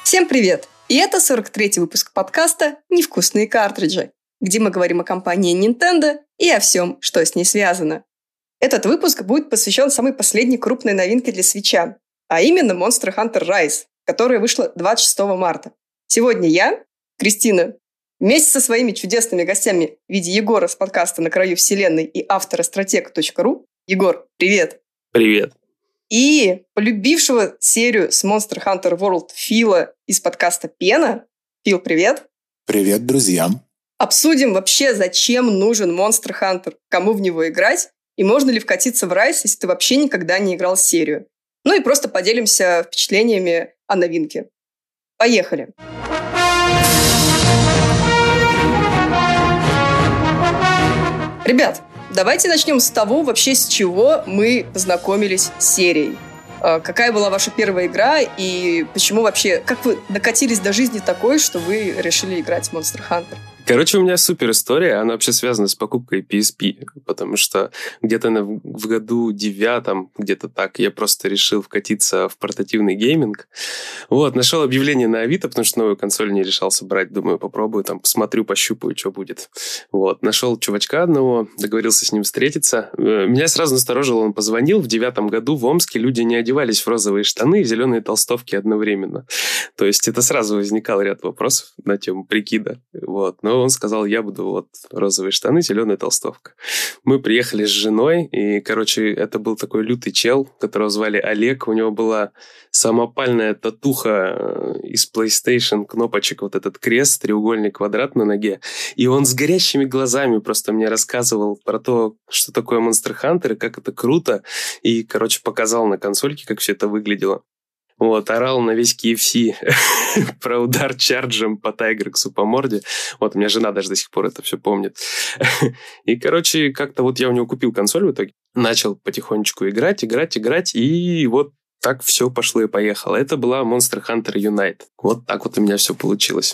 Всем привет! И это 43-й выпуск подкаста «Невкусные картриджи», где мы говорим о компании Nintendo и о всем, что с ней связано. Этот выпуск будет посвящен самой последней крупной новинке для Switch'а, а именно Monster Hunter Rise, которая вышла 26 марта. Сегодня я, Кристина, вместе со своими чудесными гостями в виде Егора с подкаста «На краю вселенной» и автора стратег.ру. Егор, привет! Привет! И полюбившего серию с Monster Hunter World Фила из подкаста «Пена». Фил, привет! Привет, друзьям! Обсудим вообще, зачем нужен Monster Hunter, кому в него играть, и можно ли вкатиться в Rise, если ты вообще никогда не играл в серию. Ну и просто поделимся впечатлениями о новинке. Поехали! Ребят, давайте начнем с того, вообще с чего мы познакомились с серией. Какая была ваша первая игра и почему вообще, как вы докатились до жизни такой, что вы решили играть в Monster Hunter? Короче, у меня супер история, она вообще связана с покупкой PSP, потому что где-то в году 9, где-то так, я просто решил вкатиться в портативный гейминг. Вот, нашел объявление на Авито, потому что новую консоль не решался брать, думаю, попробую, там, посмотрю, пощупаю, что будет. Вот, нашел чувачка одного, договорился с ним встретиться. Меня сразу насторожило, он позвонил, в 9 году в Омске люди не одевались в розовые штаны и зеленые толстовки одновременно. То есть это сразу возникал ряд вопросов на тему прикида, вот, но он сказал, я буду вот розовые штаны, зеленая толстовка. Мы приехали с женой, и, короче, это был такой лютый чел, которого звали Олег. У него была самопальная татуха из PlayStation, кнопочек, вот этот крест, треугольник, квадрат на ноге. И он с горящими глазами просто мне рассказывал про то, что такое Monster Hunter, и как это круто. И, короче, показал на консольке, как все это выглядело. Вот, орал на весь KFC про удар чарджем по Тайгрексу по морде. Вот, у меня жена даже до сих пор это все помнит. И, короче, как-то вот я у него купил консоль в итоге. Начал потихонечку играть, и вот так все пошло и поехало. Это была Monster Hunter Unite. Вот так вот у меня все получилось.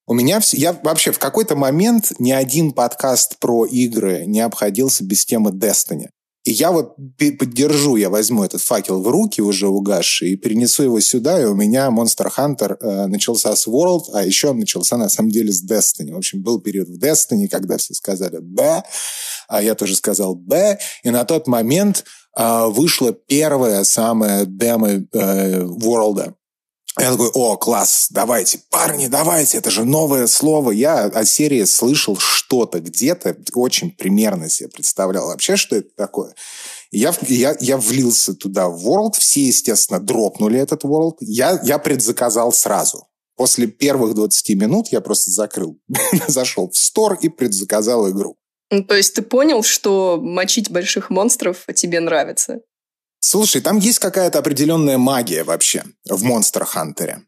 Я вообще в какой-то момент ни один подкаст про игры не обходился без темы Destiny. И я вот поддержу, я возьму этот факел в руки уже угасший и перенесу его сюда, и у меня Monster Hunter начался с World, а еще он начался на самом деле с Destiny. В общем, был период в Destiny, когда все сказали «Б», а я тоже сказал «Б», и на тот момент вышла первая самая демо World. Я такой, о, класс, давайте, парни, давайте, это же новое слово. Я о серии слышал что-то где-то, очень примерно себе представлял вообще, что это такое. Я влился туда в World, все, естественно, дропнули этот World. Я предзаказал сразу. После первых 20 минут я просто закрыл, зашел в стор и предзаказал игру. Ну, то есть ты понял, что мочить больших монстров тебе нравится? Слушай, там есть какая-то определенная магия вообще в Monster Hunter.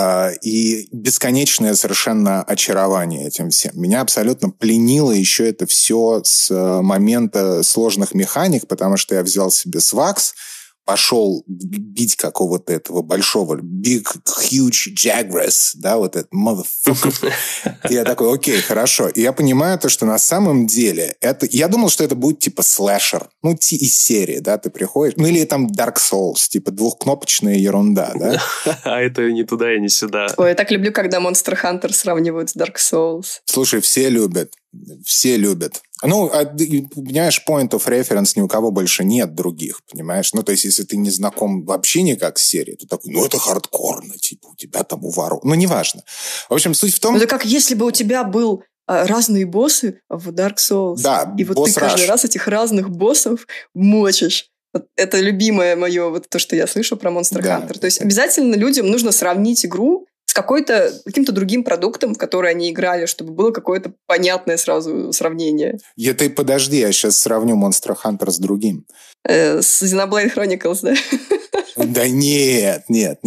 И бесконечное совершенно очарование этим всем. Меня абсолютно пленило еще это все с момента сложных механик, потому что я взял себе свакс, пошел бить какого-то этого большого big, huge Jagras, да, вот этот motherfucker. И я такой, окей, хорошо. И я понимаю то, что на самом деле это... Я думал, что это будет типа слэшер, ну, из серии, да, ты приходишь... Ну, или там Dark Souls, типа двухкнопочная ерунда, да? А это не туда и не сюда. Ой, я так люблю, когда Monster Hunter сравнивают с Dark Souls. Слушай, все любят. Все любят. Ну, понимаешь, point of reference ни у кого больше нет других, понимаешь? Ну, то есть, если ты не знаком вообще никак с серией, то такой, ну, это хардкорно, типа, у тебя там уворот. Ну, неважно. В общем, суть в том... Это как если бы у тебя был разные боссы в Dark Souls. Да, и вот ты каждый раз этих разных боссов мочишь. Вот это любимое мое, вот то, что я слышу про Monster Hunter. То есть, обязательно людям нужно сравнить игру с каким-то другим продуктом, в который они играли, чтобы было какое-то понятное сразу сравнение. Ты подожди, я сейчас сравню Monster Hunter с другим. С Xenoblade Chronicles, да? Да нет.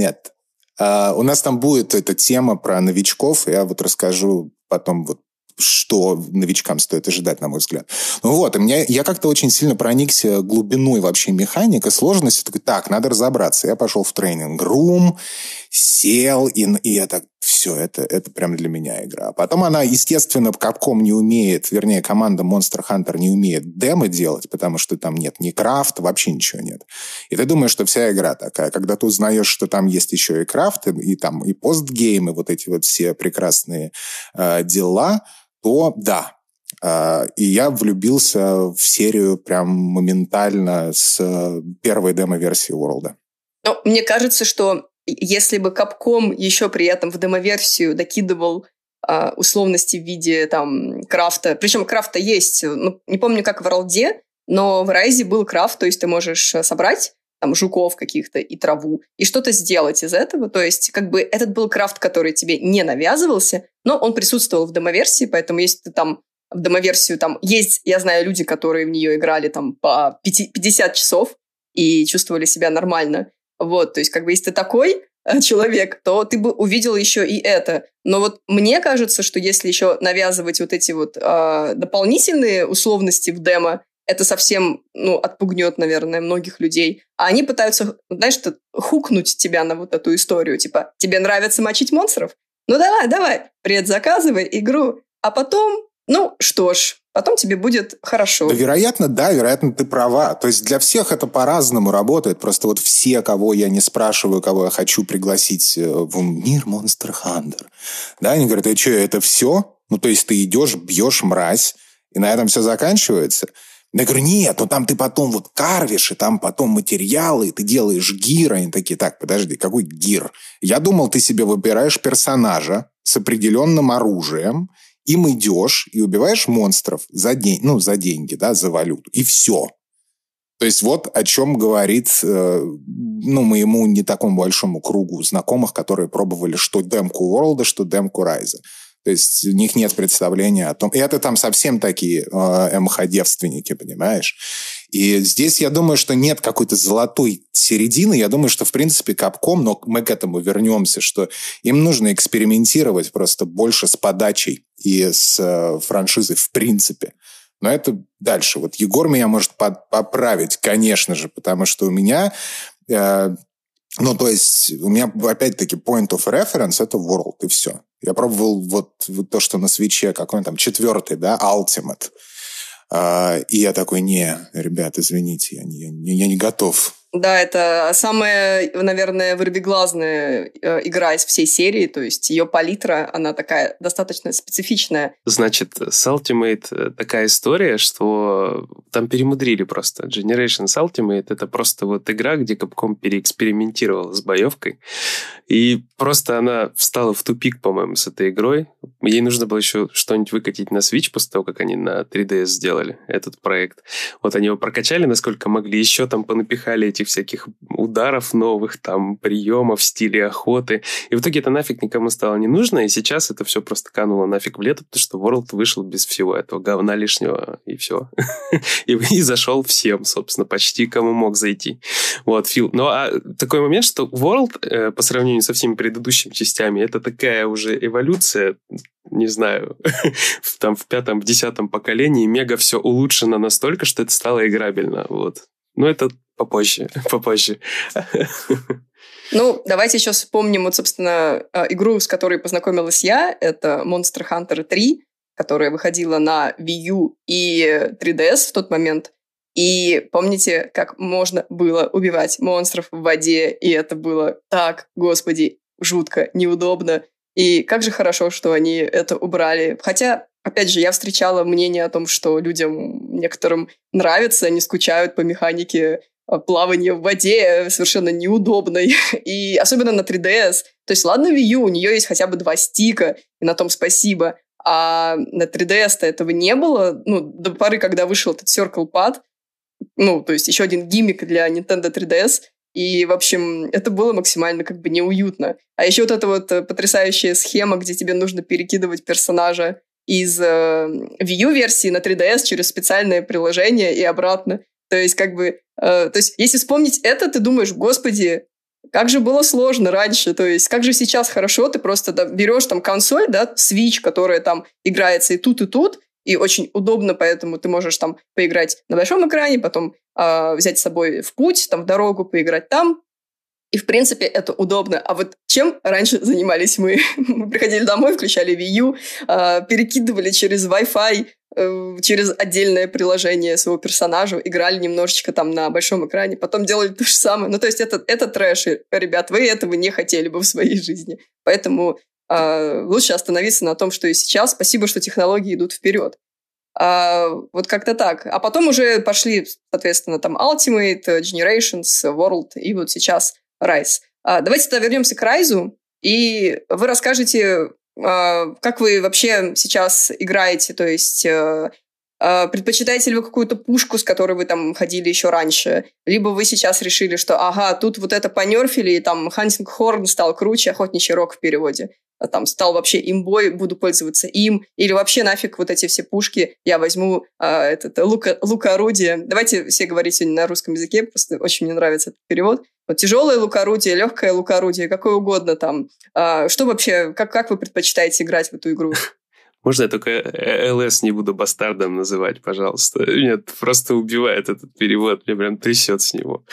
У нас там будет эта тема про новичков, я вот расскажу потом вот что новичкам стоит ожидать, на мой взгляд. Ну вот, я как-то очень сильно проникся глубиной вообще механики, сложностью. Такой, так, надо разобраться. Я пошел в тренинг-рум, сел, и я так все, это прям для меня игра. Потом она, естественно, Capcom не умеет, вернее, команда Monster Hunter не умеет демо делать, потому что там нет ни крафта, вообще ничего нет. И ты думаешь, что вся игра такая. Когда ты узнаешь, что там есть еще и крафт, и там и постгейм, и вот эти вот все прекрасные дела, то да. И я влюбился в серию прям моментально с первой демо-версии World. Ну, мне кажется, что если бы Capcom еще при этом в демо-версию докидывал условности в виде там крафта, причем крафта есть, ну, не помню, как в World'е, но в Rise был крафт, то есть ты можешь собрать там жуков каких-то и траву, и что-то сделать из этого. То есть как бы этот был крафт, который тебе не навязывался, но он присутствовал в демо-версии, поэтому если ты там в демо-версию там есть, я знаю, люди, которые в нее играли там по 50 часов и чувствовали себя нормально. Вот, то есть как бы если ты такой человек, то ты бы увидел еще и это. Но вот мне кажется, что если еще навязывать вот эти вот дополнительные условности в демо, это совсем, отпугнет, наверное, многих людей. А они пытаются, знаешь, хукнуть тебя на вот эту историю. Типа, тебе нравится мочить монстров? Ну давай, предзаказывай игру. А потом, что ж, потом тебе будет хорошо. Да, вероятно, ты права. То есть для всех это по-разному работает. Просто вот все, кого я не спрашиваю, кого я хочу пригласить в мир Monster Hunter, да, они говорят, это все? Ну, то есть ты идешь, бьешь мразь, и на этом все заканчивается? Я говорю, нет, там ты потом вот карвишь, и там потом материалы, и ты делаешь гир. Они такие, так, подожди, какой гир? Я думал, ты себе выбираешь персонажа с определенным оружием, им идешь и убиваешь монстров за деньги, да, за валюту. И все. То есть вот о чем говорит, моему не такому большому кругу знакомых, которые пробовали что демку World, что демку Rise. То есть у них нет представления о том... И это там совсем такие МХ-девственники, понимаешь? И здесь я думаю, что нет какой-то золотой середины. Я думаю, что, в принципе, Capcom, но мы к этому вернемся, что им нужно экспериментировать просто больше с подачей и с франшизой в принципе. Но это дальше. Вот Егор меня может поправить, конечно же, потому что у меня... то есть у меня, опять-таки, point of reference – это World, и все. Я пробовал вот то, что на Свитче, какой-нибудь там 4-й, да, Ultimate. И я такой, не, ребят, извините, я не готов. Да, это самая, наверное, вырвиглазная игра из всей серии, то есть ее палитра, она такая достаточно специфичная. Значит, с Ultimate такая история, что там перемудрили просто. Generations Ultimate — это просто вот игра, где Capcom переэкспериментировал с боевкой, и просто она встала в тупик, по-моему, с этой игрой. Ей нужно было еще что-нибудь выкатить на Switch после того, как они на 3DS сделали этот проект. Вот они его прокачали, насколько могли, еще там понапихали этих всяких ударов новых, там, приемов в стиле охоты. И в итоге это нафиг никому стало не нужно, и сейчас это все просто кануло нафиг в лето, потому что World вышел без всего этого говна лишнего, и все. И зашел всем, собственно, почти кому мог зайти. Вот, Фил. Ну, а такой момент, что World, по сравнению со всеми предыдущими частями, это такая уже эволюция, не знаю, там в 5-м, в 10-м поколении мега все улучшено настолько, что это стало играбельно, вот. Но это попозже. Давайте еще вспомним, вот, собственно, игру, с которой познакомилась я. Это Monster Hunter 3, которая выходила на Wii U и 3DS в тот момент. И помните, как можно было убивать монстров в воде? И это было так, господи, жутко, неудобно. И как же хорошо, что они это убрали. Хотя, опять же, я встречала мнение о том, что людям некоторым нравится, они скучают по механике плавания в воде совершенно неудобной. И особенно на 3DS. То есть, ладно, Wii U, у нее есть хотя бы 2 стика, и на том спасибо. А на 3DS-то этого не было. До поры, когда вышел этот Circle Pad. То есть еще один гиммик для Nintendo 3DS. И, в общем, это было максимально как бы неуютно. А еще вот эта вот потрясающая схема, где тебе нужно перекидывать персонажа из Wii U-версии на 3DS через специальное приложение и обратно. То есть, если вспомнить это, ты думаешь, господи, как же было сложно раньше, то есть, как же сейчас хорошо, ты просто берешь там консоль, да, Switch, которая там играется и тут, и очень удобно, поэтому ты можешь там поиграть на большом экране, потом взять с собой в путь, там, в дорогу, поиграть там. И, в принципе, это удобно. А вот чем раньше занимались мы? Мы приходили домой, включали Wii U, перекидывали через Wi-Fi, через отдельное приложение своего персонажа, играли немножечко там на большом экране, потом делали то же самое. Ну, то есть это трэш. И, ребят, вы этого не хотели бы в своей жизни. Поэтому лучше остановиться на том, что и сейчас. Спасибо, что технологии идут вперед. Вот как-то так. А потом уже пошли, соответственно, там Ultimate, Generations, World и вот сейчас Rise. Давайте тогда вернемся к Rise, и вы расскажете, как вы вообще сейчас играете, то есть предпочитаете ли вы какую-то пушку, с которой вы там ходили еще раньше, либо вы сейчас решили, что тут вот это понерфили, и там Hunting Horn стал круче, охотничий рог в переводе, там стал вообще имбой, буду пользоваться им, или вообще нафиг вот эти все пушки, я возьму лук-орудие. Давайте все говорить сегодня на русском языке, просто очень мне нравится этот перевод. Вот тяжелое лук-орудие, легкое лук-орудие, какое угодно там. Что вообще, как вы предпочитаете играть в эту игру? Можно я только ЛС не буду бастардом называть, пожалуйста? Меня просто убивает этот перевод, мне прям трясет с него.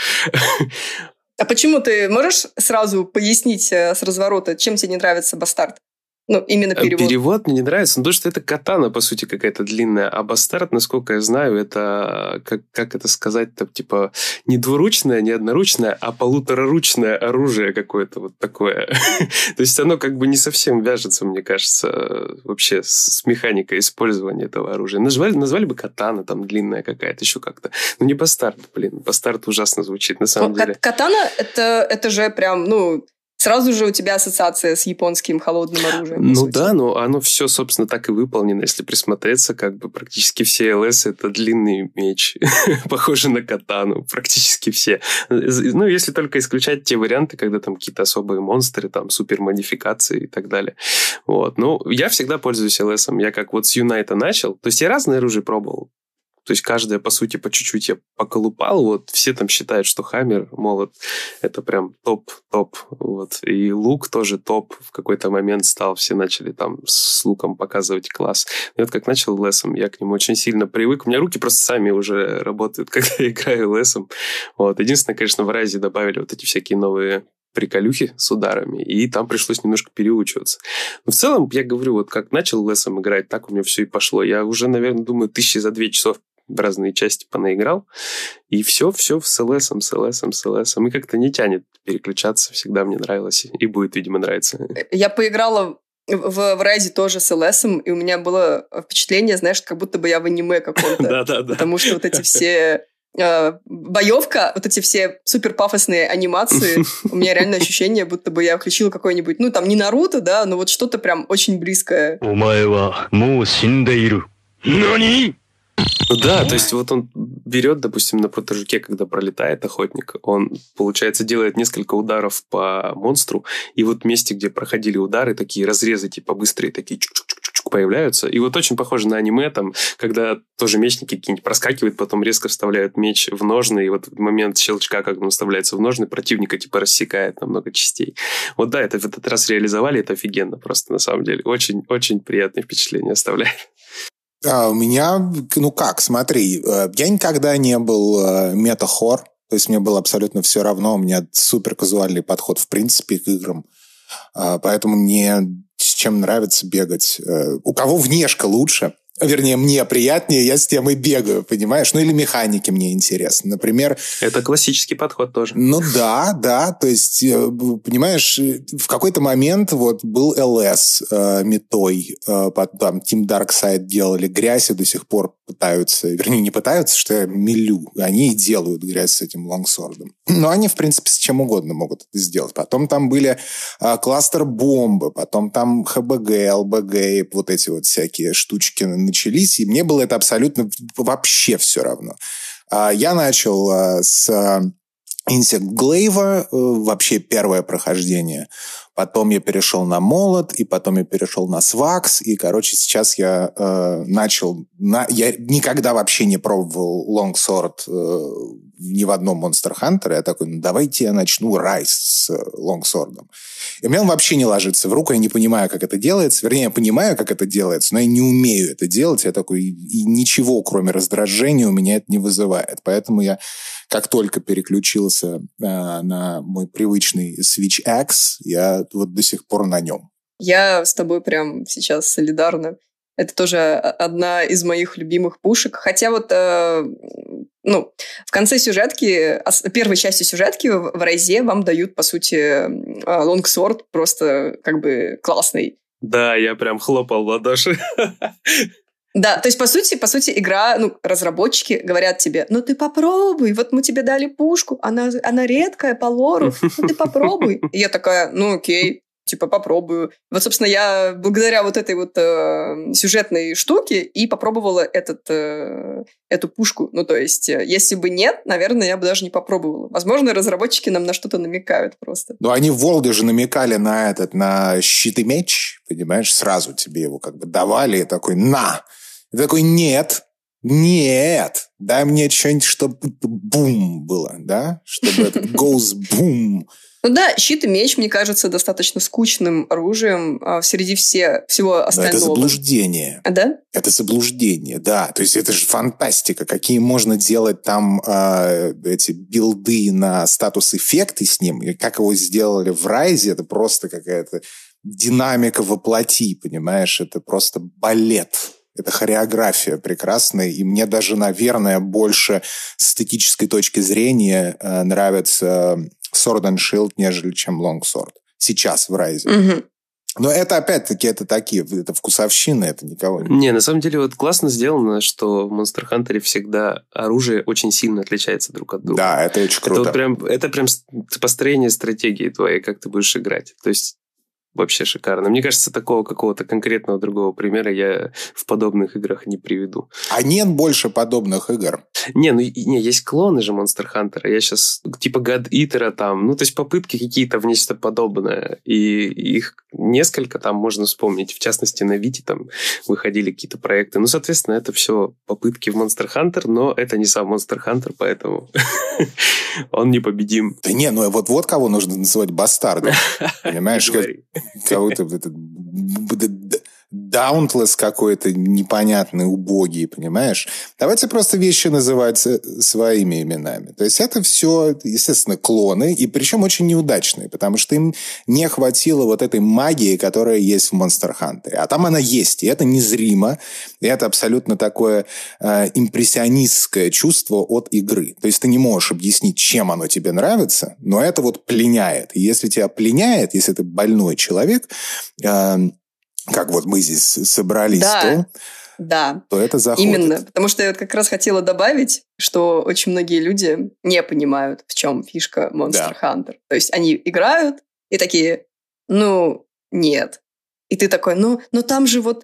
А почему ты можешь сразу пояснить с разворота, чем тебе не нравится бастард? Ну, именно перевод. Перевод мне не нравится, потому что это катана, по сути, какая-то длинная. А бастард, насколько я знаю, это, как это сказать-то, типа, не двуручное, не одноручное, а полутораручное оружие какое-то вот такое. То есть оно как бы не совсем вяжется, мне кажется, вообще с механикой использования этого оружия. Назвали бы катана, там, длинная какая-то, еще как-то. Ну, не бастард, блин. Бастард ужасно звучит, на самом деле. Катана, это же прям, сразу же у тебя ассоциация с японским холодным оружием. Ну да, но оно все, собственно, так и выполнено. Если присмотреться, как бы практически все ЛС — это длинный меч, похожий на катану, практически все. Ну, если только исключать те варианты, когда там какие-то особые монстры, там супермодификации и так далее. Вот. Ну, я всегда пользуюсь ЛСом. Я как вот с Юнайта начал. То есть я разные оружия пробовал. То есть каждое, по сути, по чуть-чуть я поколупал. Вот все там считают, что хаммер, молот, это прям топ-топ. Вот. И лук тоже топ. В какой-то момент стал, все начали там с луком показывать класс. И вот как начал лесом, я к нему очень сильно привык. У меня руки просто сами уже работают, когда я играю лесом. Вот. Единственное, конечно, в Райзе добавили вот эти всякие новые приколюхи с ударами, и там пришлось немножко переучиваться. Но в целом, я говорю, вот как начал лесом играть, так у меня все и пошло. Я уже, наверное, думаю, 2 часов в разные части понаиграл, и все с ЛСом. И как-то не тянет переключаться, всегда мне нравилось, и будет, видимо, нравиться. Я поиграла в Райзе тоже с ЛСом, и у меня было впечатление, знаешь, как будто бы я в аниме каком-то. Да. Потому что вот эти все боевка, вот эти все супер пафосные анимации, у меня реально ощущение, будто бы я включила какой-нибудь, там не Наруто, да, но вот что-то прям очень близкое. Ну да, то есть вот он берет, допустим, на протожуке, когда пролетает охотник, он, получается, делает несколько ударов по монстру, и вот в месте, где проходили удары, такие разрезы, типа быстрые, такие чук-чук-чук появляются. И вот очень похоже на аниме, там, когда тоже мечники какие-нибудь проскакивают, потом резко вставляют меч в ножны, и вот в момент щелчка, как он вставляется в ножны, противника типа рассекает на много частей. Вот да, это в этот раз реализовали, это офигенно просто, на самом деле. Очень-очень приятное впечатление оставляет. У меня, смотри, я никогда не был мета-хор, то есть мне было абсолютно все равно, у меня супер казуальный подход в принципе к играм, поэтому мне с чем нравится бегать. У кого внешка лучше, вернее, мне приятнее, я с тем и бегаю, понимаешь? Или механики мне интересны. Например... Это классический подход тоже. Ну да, то есть, понимаешь, в какой-то момент вот был ЛС метой, потом Team Darkside делали грязь и до сих пор пытаются, вернее, не пытаются, что я милю, они и делают грязь с этим лонгсордом. Но они, в принципе, с чем угодно могут это сделать. Потом там были кластер-бомбы, потом там ХБГ, ЛБГ, вот эти вот всякие штучки начались, и мне было это абсолютно вообще все равно. Я начал с Insect Glaive, вообще первое прохождение. Потом я перешел на молот, и потом я перешел на свакс, и, сейчас я начал... Я никогда вообще не пробовал лонгсорд ни в одном Monster Hunter. Я такой, ну, давайте я начну Rise с лонгсордом. И у меня он вообще не ложится в руку, я не понимаю, как это делается. Вернее, я понимаю, как это делается, но я не умею это делать. Я такой, и ничего, кроме раздражения, у меня это не вызывает. Поэтому я, как только переключился на мой привычный Switch X, я вот до сих пор на нем. Я с тобой прям сейчас солидарна. Это тоже одна из моих любимых пушек. Хотя вот, в конце сюжетки, первой части сюжетки в Райзе вам дают, по сути, лонгсворд просто как бы классный. Да, я прям хлопал в ладоши. Да, то есть, по сути, игра, разработчики говорят тебе, ну, ты попробуй, вот мы тебе дали пушку, она редкая по лору, ну, ты попробуй. И я такая, ну, окей. Типа, попробую. Вот, собственно, я благодаря вот этой вот сюжетной штуке и попробовала эту пушку. Ну, то есть, если бы нет, наверное, я бы даже не попробовала. Возможно, разработчики нам на что-то намекают просто. Ну, они в Волге же намекали на щит и меч, понимаешь? Сразу тебе его как бы давали и такой, на! И такой, нет, дай мне что-нибудь, чтобы бум было, да? Чтобы этот goes boom. Ну да, щит и меч, мне кажется, достаточно скучным оружием среди всего остального. Но это заблуждение. А, да? Это заблуждение, да. То есть это же фантастика. Какие можно делать там эти билды на статус-эффекты с ним. И как его сделали в Райзе, это просто какая-то динамика воплоти, понимаешь? Это просто балет. Это хореография прекрасная, и мне даже, наверное, больше с эстетической точки зрения нравится Sword and Shield, нежели чем Longsword. Сейчас в Райзе. Угу. Но это, опять-таки, это вкусовщина, это никого не... Не, на самом деле, вот классно сделано, что в Monster Hunter всегда оружие очень сильно отличается друг от друга. Да, это очень круто. Это прям построение стратегии твоей, как ты будешь играть. То есть вообще шикарно. Мне кажется, такого какого-то конкретного другого примера я в подобных играх не приведу. А нет больше подобных игр? Есть клоны же Monster Hunter. Я сейчас типа God Eater там, то есть попытки какие-то в нечто подобное. И их несколько там можно вспомнить. В частности, на Вите там выходили какие-то проекты. соответственно, это все попытки в Monster Hunter, но это не сам Monster Hunter, поэтому он непобедим. Да не, вот кого нужно называть бастардом. Понимаешь, кого-то Dauntless какой-то непонятный, убогий, понимаешь? Давайте просто вещи называть своими именами. То есть это все, естественно, клоны, и причем очень неудачные, потому что им не хватило вот этой магии, которая есть в Monster Hunter. А там она есть, и это незримо, и это абсолютно такое импрессионистское чувство от игры. То есть ты не можешь объяснить, чем оно тебе нравится, но это вот пленяет. И если тебя пленяет, если ты больной человек, как вот мы здесь собрались, то это заходит. Именно, потому что я как раз хотела добавить, что очень многие люди не понимают, в чем фишка Monster Hunter. То есть они играют и такие, нет. И ты такой, там же в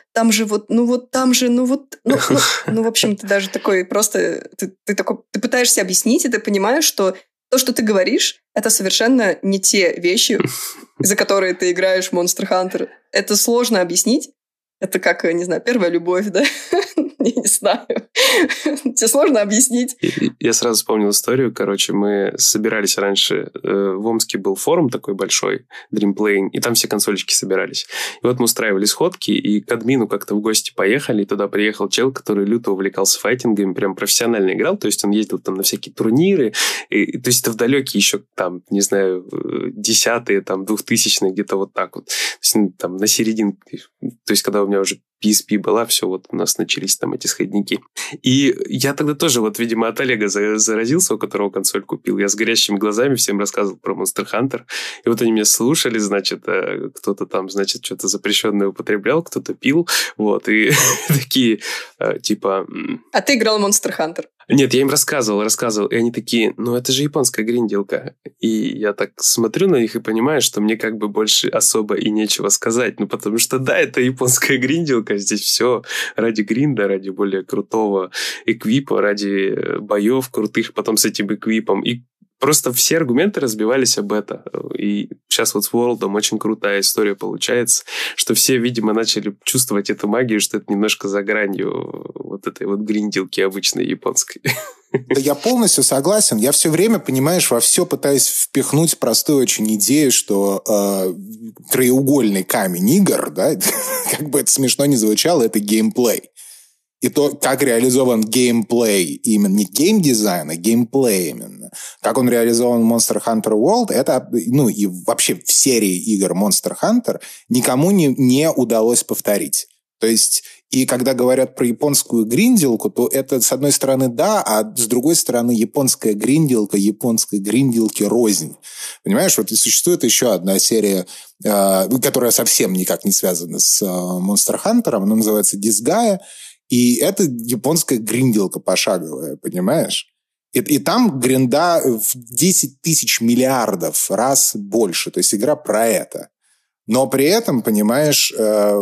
общем, ты даже такой просто, ты пытаешься объяснить, и ты понимаешь, что то, что ты говоришь, это совершенно не те вещи, за которые ты играешь в Monster Hunter. Это сложно объяснить. Это как, не знаю, первая любовь, да? Я не знаю. Тебе сложно объяснить. Я сразу вспомнил историю. Короче, мы собирались раньше. В Омске был форум такой большой, Dreamplane, и там все консольчики собирались. И вот мы устраивали сходки, и к админу как-то в гости поехали, и туда приехал чел, который люто увлекался файтингами, прям профессионально играл. То есть он ездил там на всякие турниры. То есть это в далекие еще там, не знаю, 10-е, там, 2000-е, где-то вот так вот. То есть там на серединке. То есть когда у меня уже PSP была, все, вот у нас начались там эти сходники. И я тогда тоже, вот, видимо, от Олега заразился, у которого консоль купил. Я с горящими глазами всем рассказывал про Monster Hunter. И вот они меня слушали, значит, кто-то там, значит, что-то запрещенное употреблял, кто-то пил, вот, и такие, типа... А ты играл в Monster Hunter? Нет, я им рассказывал, и они такие, это же японская гринделка. И я так смотрю на них и понимаю, что мне как бы больше особо и нечего сказать. Потому что, да, это японская гринделка, здесь все ради гринда, ради более крутого эквипа, ради боев крутых, потом с этим эквипом. И просто все аргументы разбивались об это. И сейчас вот с World'ом очень крутая история получается, что все, видимо, начали чувствовать эту магию, что это немножко за гранью вот этой вот гринделки обычной японской. Да я полностью согласен. Я все время, понимаешь, во все пытаюсь впихнуть простую очень идею, что краеугольный камень игр, да, как бы это смешно ни звучало, это геймплей. И то, как реализован геймплей, именно не геймдизайн, а геймплей именно. Как он реализован в Monster Hunter World, это, ну, и вообще в серии игр Monster Hunter никому не удалось повторить. То есть, и когда говорят про японскую гринделку, то это, с одной стороны, да, а с другой стороны, японская гринделка японской гринделки рознь. Понимаешь, вот и существует еще одна серия, которая совсем никак не связана с Monster Hunter, она называется Disgaea, и это японская гринделка пошаговая, понимаешь? И там гринда в 10 тысяч миллиардов раз больше. То есть игра про это. Но при этом, понимаешь,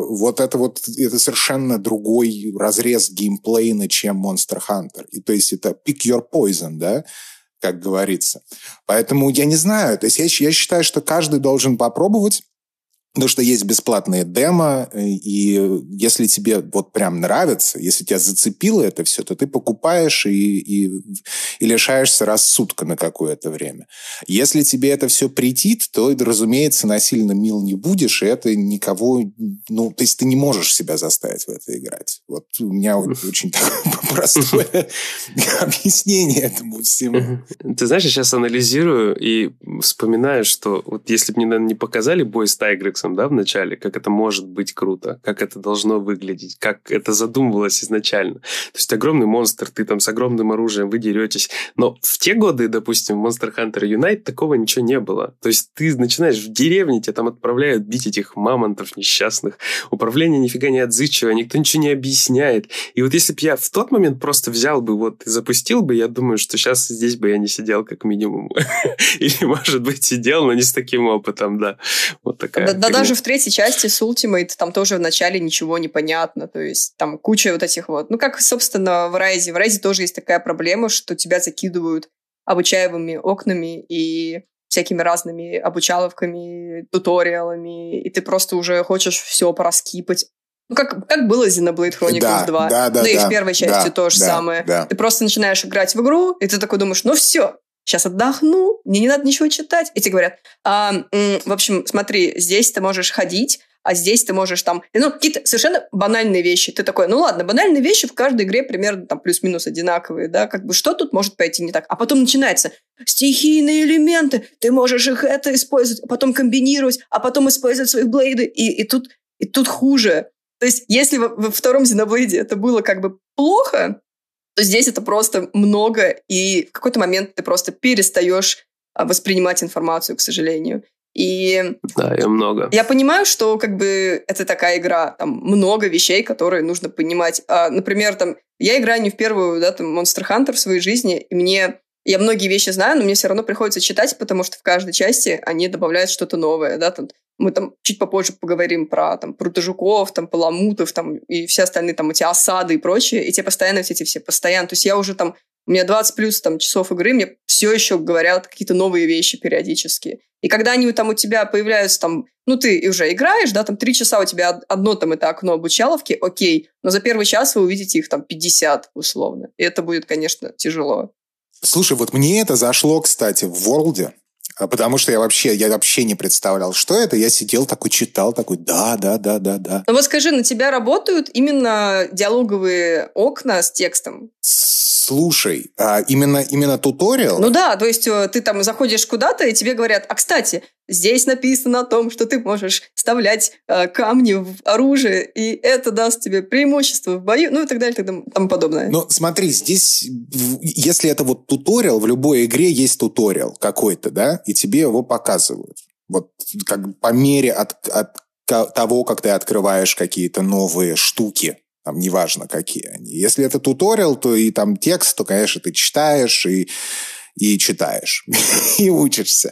это совершенно другой разрез геймплейна, чем Monster Hunter. И то есть это pick your poison, да, как говорится. Поэтому я не знаю. То есть я считаю, что каждый должен попробовать. Потому что есть бесплатные демо, и если тебе вот прям нравится, если тебя зацепило это все, то ты покупаешь и лишаешься рассудка на какое-то время. Если тебе это все претит, то, разумеется, насильно мил не будешь, и это никого... Ну, то есть ты не можешь себя заставить в это играть. Вот у меня очень простое объяснение этому всему. Ты знаешь, я сейчас анализирую и вспоминаю, что вот если бы мне не показали бой с Тайгрексом, да, в начале, как это может быть круто, как это должно выглядеть, как это задумывалось изначально. То есть огромный монстр, ты там с огромным оружием, вы деретесь. Но в те годы, допустим, в Monster Hunter Unite такого ничего не было. То есть ты начинаешь в деревне, тебя там отправляют бить этих мамонтов несчастных. Управление нифига не отзывчивое, никто ничего не объясняет. И вот если бы я в тот момент просто взял бы вот и запустил бы, я думаю, что сейчас здесь бы я не сидел как минимум. Или, может быть, сидел, но не с таким опытом, да. Вот такая. Да, даже в третьей части с Ultimate там тоже в начале ничего не понятно. То есть там куча вот этих вот... Ну, как, собственно, в Rise. В Rise тоже есть такая проблема, что тебя закидывают обучаемыми окнами и всякими разными обучаловками, туториалами, и ты просто уже хочешь все пораскипать. Ну, как было Xenoblade Chronicles 2. Да, и в первой части то же самое. Ты просто начинаешь играть в игру, и ты такой думаешь, ну все, сейчас отдохну, мне не надо ничего читать. И тебе говорят, в общем, смотри, здесь ты можешь ходить, а здесь ты можешь там... Ну, какие-то совершенно банальные вещи. Ты такой, ну ладно, банальные вещи в каждой игре примерно там плюс-минус одинаковые, да, как бы что тут может пойти не так? А потом начинается стихийные элементы, ты можешь их это использовать, а потом комбинировать, а потом использовать свои блейды, и тут хуже. То есть, если во втором Xenoblade это было как бы плохо, то здесь это просто много, и в какой-то момент ты просто перестаешь воспринимать информацию, к сожалению. Да, и много. Я понимаю, что как бы это такая игра, там много вещей, которые нужно понимать. Например, там я играю не в первую, да, там Monster Hunter в своей жизни, и я многие вещи знаю, но мне все равно приходится читать, потому что в каждой части они добавляют что-то новое, да, там мы там чуть попозже поговорим про жуков, там, паламутов, там, и все остальные, там, эти осады и прочее, и те постоянно, эти все постоянно. То есть я уже там, у меня 20 плюс там, часов игры, мне все еще говорят какие-то новые вещи периодически. И когда они там у тебя появляются, там, ну, ты уже играешь, да, там, 3 часа у тебя одно там это окно обучаловки, окей, но за первый час вы увидите их там 50, условно. И это будет, конечно, тяжело. Слушай, вот мне это зашло, кстати, в World'е. Потому что я вообще не представлял, что это. Я сидел такой, читал, такой, да. Ну вот скажи, на тебя работают именно диалоговые окна с текстом? Слушай, именно туториал? Ну да, то есть ты там заходишь куда-то, и тебе говорят, а, кстати, здесь написано о том, что ты можешь вставлять камни в оружие, и это даст тебе преимущество в бою, ну и так далее, и тому подобное. Ну, смотри, здесь, если это вот туториал, в любой игре есть туториал какой-то, да, и тебе его показывают. Вот как по мере от того, как ты открываешь какие-то новые штуки, там, неважно, какие они. Если это туториал, то и там текст, то, конечно, ты читаешь и читаешь, и учишься.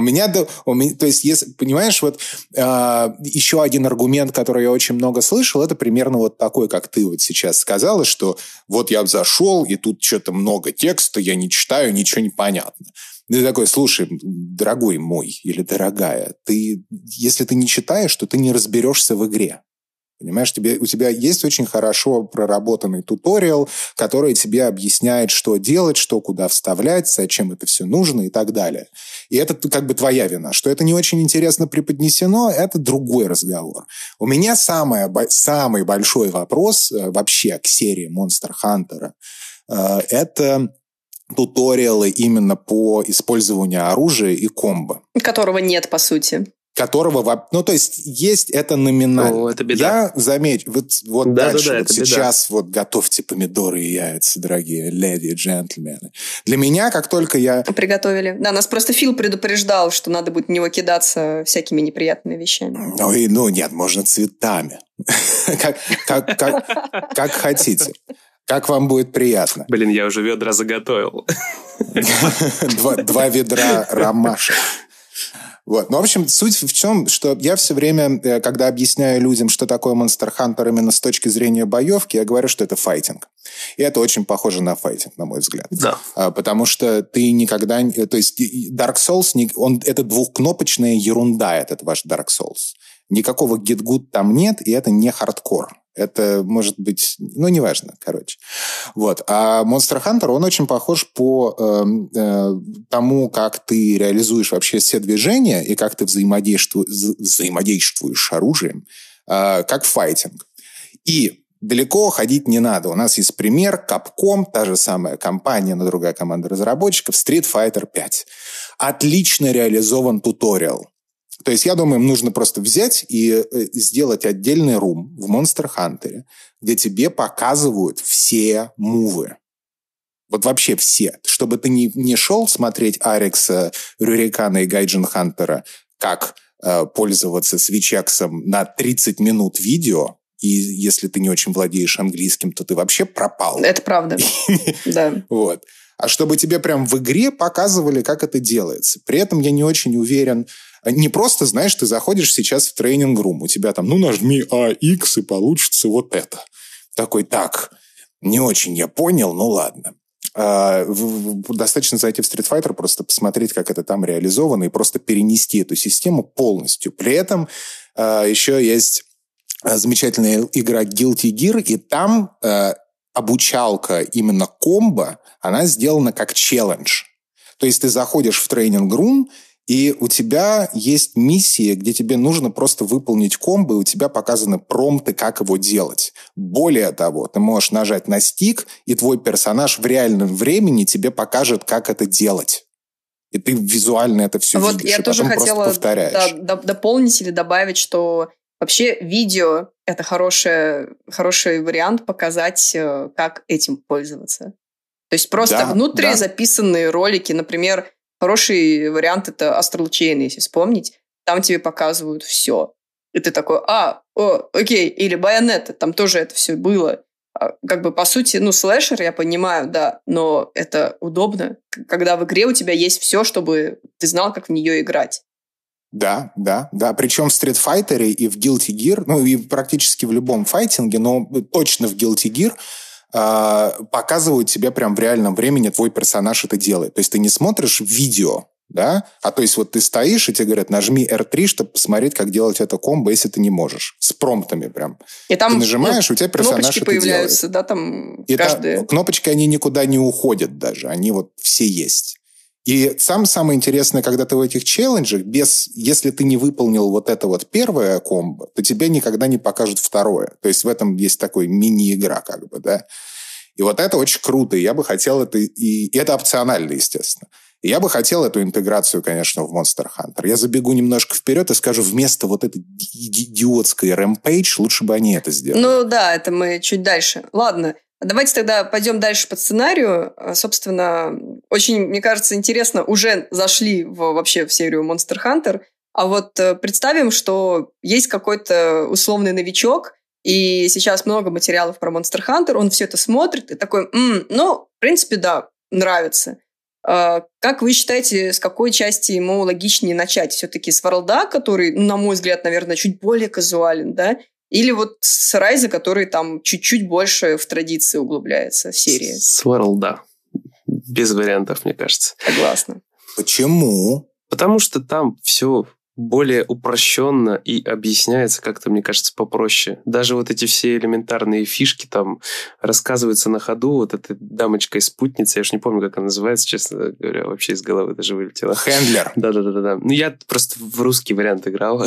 То есть, если, понимаешь, вот еще один аргумент, который я очень много слышал, это примерно вот такой, как ты вот сейчас сказала, что вот я зашел, и тут что-то много текста, я не читаю, ничего не понятно. Ты такой, слушай, дорогой мой или дорогая, если ты не читаешь, то ты не разберешься в игре. Понимаешь, у тебя есть очень хорошо проработанный туториал, который тебе объясняет, что делать, что куда вставлять, зачем это все нужно и так далее. И это как бы твоя вина. Что это не очень интересно преподнесено, это другой разговор. У меня самый большой вопрос вообще к серии Monster Hunter это туториалы именно по использованию оружия и комбо. Которого нет, по сути. То есть это номинально. Это беда. Я замечу, сейчас вот готовьте помидоры и яйца, дорогие леди и джентльмены. Для меня, как только я... Приготовили. Да, нас просто Фил предупреждал, что надо будет в него кидаться всякими неприятными вещами. Нет, можно цветами. Как хотите. Как вам будет приятно. Блин, я уже ведра заготовил. 2 ведра ромашек. Вот. В общем, суть в чем, что я все время, когда объясняю людям, что такое Monster Hunter именно с точки зрения боевки, я говорю, что это файтинг. И это очень похоже на файтинг, на мой взгляд. Да. Потому что ты никогда... То есть Dark Souls, это двухкнопочная ерунда, этот ваш Dark Souls. Никакого get good там нет, и это не хардкор. Это может быть... неважно, короче. Вот. А Monster Hunter, он очень похож по тому, как ты реализуешь вообще все движения и как ты взаимодействуешь оружием, как файтинг. И далеко ходить не надо. У нас есть пример. Capcom, та же самая компания, но другая команда разработчиков, Street Fighter 5. Отлично реализован туториал. То есть, я думаю, им нужно просто взять и сделать отдельный рум в Monster Hunter, где тебе показывают все мувы. Вот вообще все. Чтобы ты не шел смотреть Арикса, Рюрикана и Гайджин Хантера, как пользоваться свитчаксом на 30 минут видео, и если ты не очень владеешь английским, то ты вообще пропал. Это правда. Да. Вот. А чтобы тебе прям в игре показывали, как это делается. При этом я не очень уверен... Не просто, знаешь, ты заходишь сейчас в тренинг-рум, у тебя там, нажми AX, и получится вот это. Такой, не очень я понял, ладно. Достаточно зайти в Street Fighter, просто посмотреть, как это там реализовано, и просто перенести эту систему полностью. При этом еще есть замечательная игра Guilty Gear, и там обучалка именно комбо, она сделана как челлендж. То есть ты заходишь в тренинг-рум, и у тебя есть миссии, где тебе нужно просто выполнить комбо, и у тебя показаны промпты, как его делать. Более того, ты можешь нажать на стик, и твой персонаж в реальном времени тебе покажет, как это делать. И ты визуально это все видишь, я и тоже потом хотела просто повторяешь. Дополнить или добавить, что вообще видео – это хороший вариант показать, как этим пользоваться. То есть просто внутри записанные ролики, например, хороший вариант – это Astral Chain, если вспомнить. Там тебе показывают все. И ты такой, окей. Или Bayonetta, там тоже это все было. Как бы, по сути, слэшер, я понимаю, да, но это удобно, когда в игре у тебя есть все, чтобы ты знал, как в нее играть. Да. Причем в Street Fighter и в Guilty Gear, и практически в любом файтинге, но точно в Guilty Gear показывают тебе прям в реальном времени твой персонаж это делает. То есть ты не смотришь видео, да? А то есть вот ты стоишь, и тебе говорят, нажми R3, чтобы посмотреть, как делать это комбо, если ты не можешь. С промптами прям. И там ты нажимаешь, у тебя персонаж это появляются, делает. Да, там и каждые... Кнопочки, они никуда не уходят даже. Они вот все есть. И самое интересное, когда ты в этих челленджах, если ты не выполнил вот это вот первое комбо, то тебе никогда не покажут второе. То есть в этом есть такой мини-игра как бы, да. И вот это очень круто. И я бы хотел это... И это опционально, естественно. И я бы хотел эту интеграцию, конечно, в Monster Hunter. Я забегу немножко вперед и скажу, вместо вот этой идиотской Rampage лучше бы они это сделали. Да, это мы чуть дальше. Ладно. Давайте тогда пойдем дальше по сценарию. Собственно, очень, мне кажется, интересно, уже зашли вообще в серию Monster Hunter, а вот представим, что есть какой-то условный новичок, и сейчас много материалов про Monster Hunter, он все это смотрит и такой, в принципе, да, нравится. Как вы считаете, с какой части ему логичнее начать? Все-таки с Ворлда, который, на мой взгляд, наверное, чуть более казуален, да? Или вот с Райза, который там чуть-чуть больше в традиции углубляется в серии? С Ворлда. Без вариантов, мне кажется. Согласна. Почему? Потому что там все более упрощенно и объясняется как-то, мне кажется, попроще. Даже вот эти все элементарные фишки там рассказываются на ходу. Вот эта дамочка-спутница, я уж не помню, как она называется, честно говоря, вообще из головы даже вылетела. Хендлер. Да. Ну, я просто в русский вариант играл.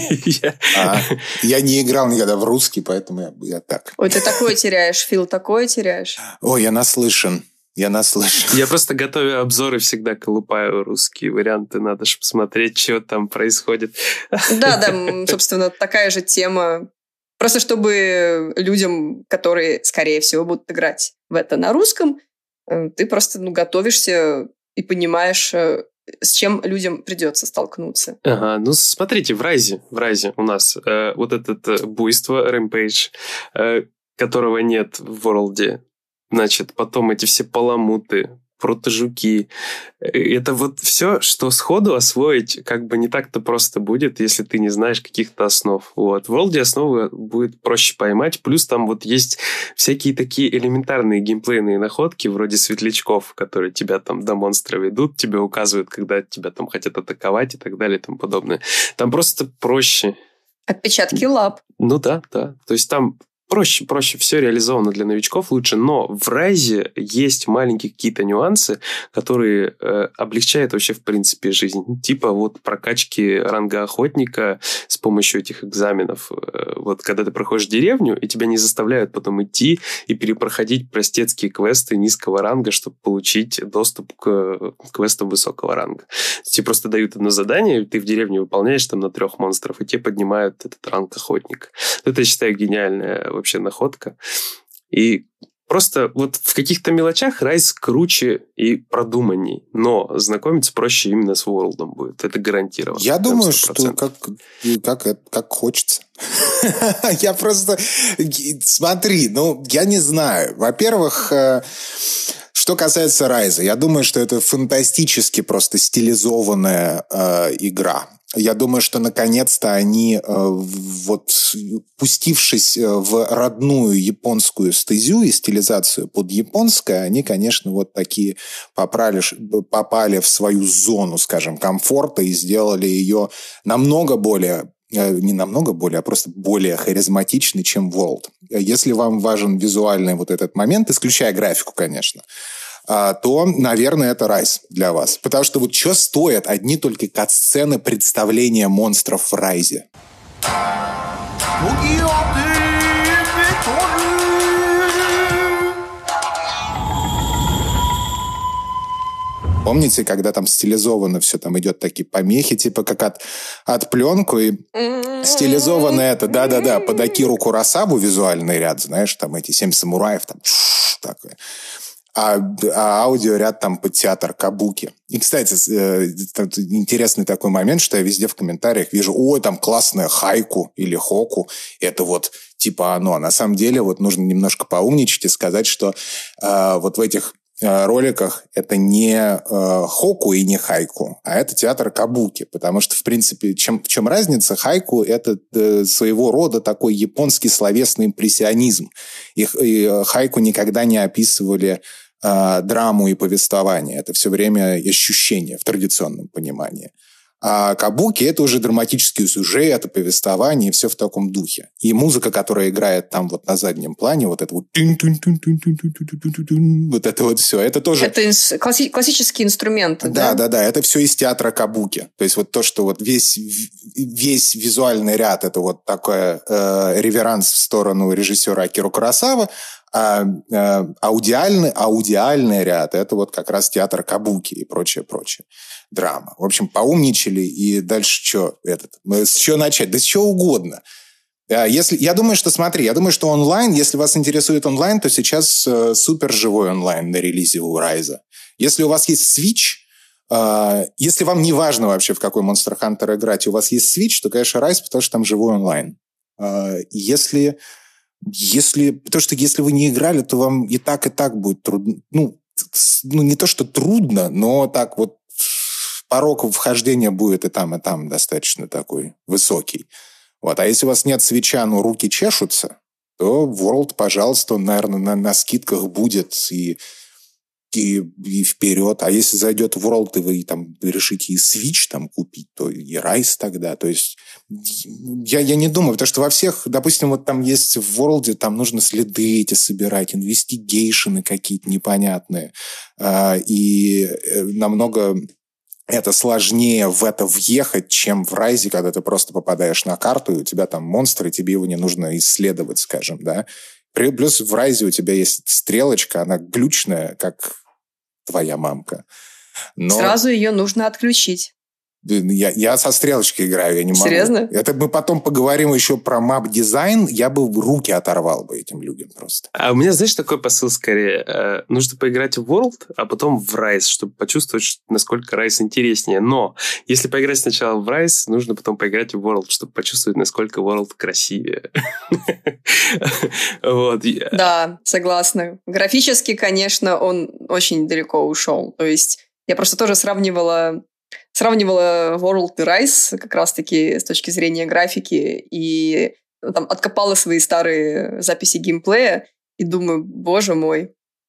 Я не играл никогда в русский, поэтому я так. Ой, ты такое теряешь, Фил, такое теряешь. Ой, я наслышан. Я просто, готовя обзоры, всегда колупаю русские варианты. Надо же посмотреть, что там происходит. Да, собственно, такая же тема. Просто чтобы людям, которые, скорее всего, будут играть в это на русском, ты просто готовишься и понимаешь, с чем людям придется столкнуться. Ага, ну смотрите, в Райзе у нас вот это буйство, Rampage, которого нет в Ворлде. Значит, потом эти все паламуты, протожуки. Это вот все, что сходу освоить как бы не так-то просто будет, если ты не знаешь каких-то основ. Вот. В World основы будет проще поймать. Плюс там вот есть всякие такие элементарные геймплейные находки, вроде светлячков, которые тебя там до монстра ведут, тебе указывают, когда тебя там хотят атаковать и так далее и тому подобное. Там просто проще. Отпечатки лап. Ну да. То есть там проще, все реализовано для новичков лучше, но в Райзе есть маленькие какие-то нюансы, которые облегчают вообще в принципе жизнь. Типа вот прокачки ранга охотника с помощью этих экзаменов. Вот когда ты проходишь деревню, и тебя не заставляют потом идти и перепроходить простецкие квесты низкого ранга, чтобы получить доступ к квестам высокого ранга. Тебе просто дают одно задание, ты в деревне выполняешь там на 3 монстров, и тебе поднимают этот ранг охотника. Это, я считаю, гениальная вообще находка. И просто вот в каких-то мелочах Райз круче и продуманней, но знакомиться проще именно с Ворлдом будет. Это гарантированно. Я думаю, что как хочется. Я просто... Смотри, я не знаю. Во-первых, что касается Райза, я думаю, что это фантастически просто стилизованная игра. Я думаю, что наконец-то они, пустившись в родную японскую стезю и стилизацию под японское, они, конечно, вот такие попали в свою зону, скажем, комфорта и сделали ее намного более, не намного более, а просто более харизматичной, чем World. Если вам важен визуальный вот этот момент, исключая графику, конечно, то, наверное, это Райз для вас. Потому что вот что стоят одни только кат-сцены представления монстров в Райзе? Помните, когда там стилизовано все, там идет такие помехи, типа как от пленку, и стилизовано это, да-да-да, под Акиру Куросаву визуальный ряд, знаешь, там эти 7 самураев, там такое. А аудиоряд там под театр кабуки. И, кстати, интересный такой момент, что я везде в комментариях вижу, ой, там классная хайку или хоку. Это вот типа оно. На самом деле вот нужно немножко поумничать и сказать, что вот в этих роликах это не хоку и не хайку, а это театр кабуки. Потому что, в принципе, в чем разница? Хайку – это своего рода такой японский словесный импрессионизм. И хайку никогда не описывали драму и повествование. Это все время ощущение в традиционном понимании. А кабуки – это уже драматический сюжет, повествование, и все в таком духе. И музыка, которая играет там вот на заднем плане, вот это вот вот это вот все, это тоже... Это классические инструменты, да? Да, это все из театра кабуки. То есть вот то, что вот весь визуальный ряд – это вот такой реверанс в сторону режиссера Акиру Куросавы, а аудиальный ряд – это вот как раз театр кабуки и прочее. Драма. В общем, поумничали, и дальше что? С чего начать? Да с чего угодно. Я думаю, что онлайн, если вас интересует онлайн, то сейчас супер живой онлайн на релизе у Райза. Если у вас есть Switch, если вам не важно вообще, в какой Monster Hunter играть, у вас есть Switch, то, конечно, Райз, потому что там живой онлайн. Потому что если вы не играли, то вам и так будет трудно. Ну, не то, что трудно, но так вот порог вхождения будет и там достаточно такой высокий. Вот. А если у вас нет свитча, но руки чешутся, то World, пожалуйста, он, наверное, на скидках будет. И и вперед. А если зайдет в World, и вы там решите и Switch там купить, то и Rise тогда. То есть я не думаю, потому что во всех, допустим, вот там есть в World, там нужно следы эти собирать, инвестигейшены какие-то непонятные. И намного это сложнее в это въехать, чем в Rise, когда ты просто попадаешь на карту, и у тебя там монстры, и тебе его не нужно исследовать, скажем, да. Плюс в Rise у тебя есть стрелочка, она глючная, как твоя мамка. Но Сразу ее нужно отключить. я со стрелочкой играю, я не могу. Серьезно? Это мы потом поговорим еще про мап-дизайн. Я бы руки оторвал бы этим людям просто. А у меня, знаешь, такой посыл скорее. Нужно поиграть в World, а потом в Rise, чтобы почувствовать, насколько Rise интереснее. Но если поиграть сначала в Rise, нужно потом поиграть в World, чтобы почувствовать, насколько World красивее. Да, согласна. Графически, конечно, он очень далеко ушел. То есть я просто тоже сравнивала World и Rise как раз-таки с точки зрения графики и там откопала свои старые записи геймплея и думаю, боже мой,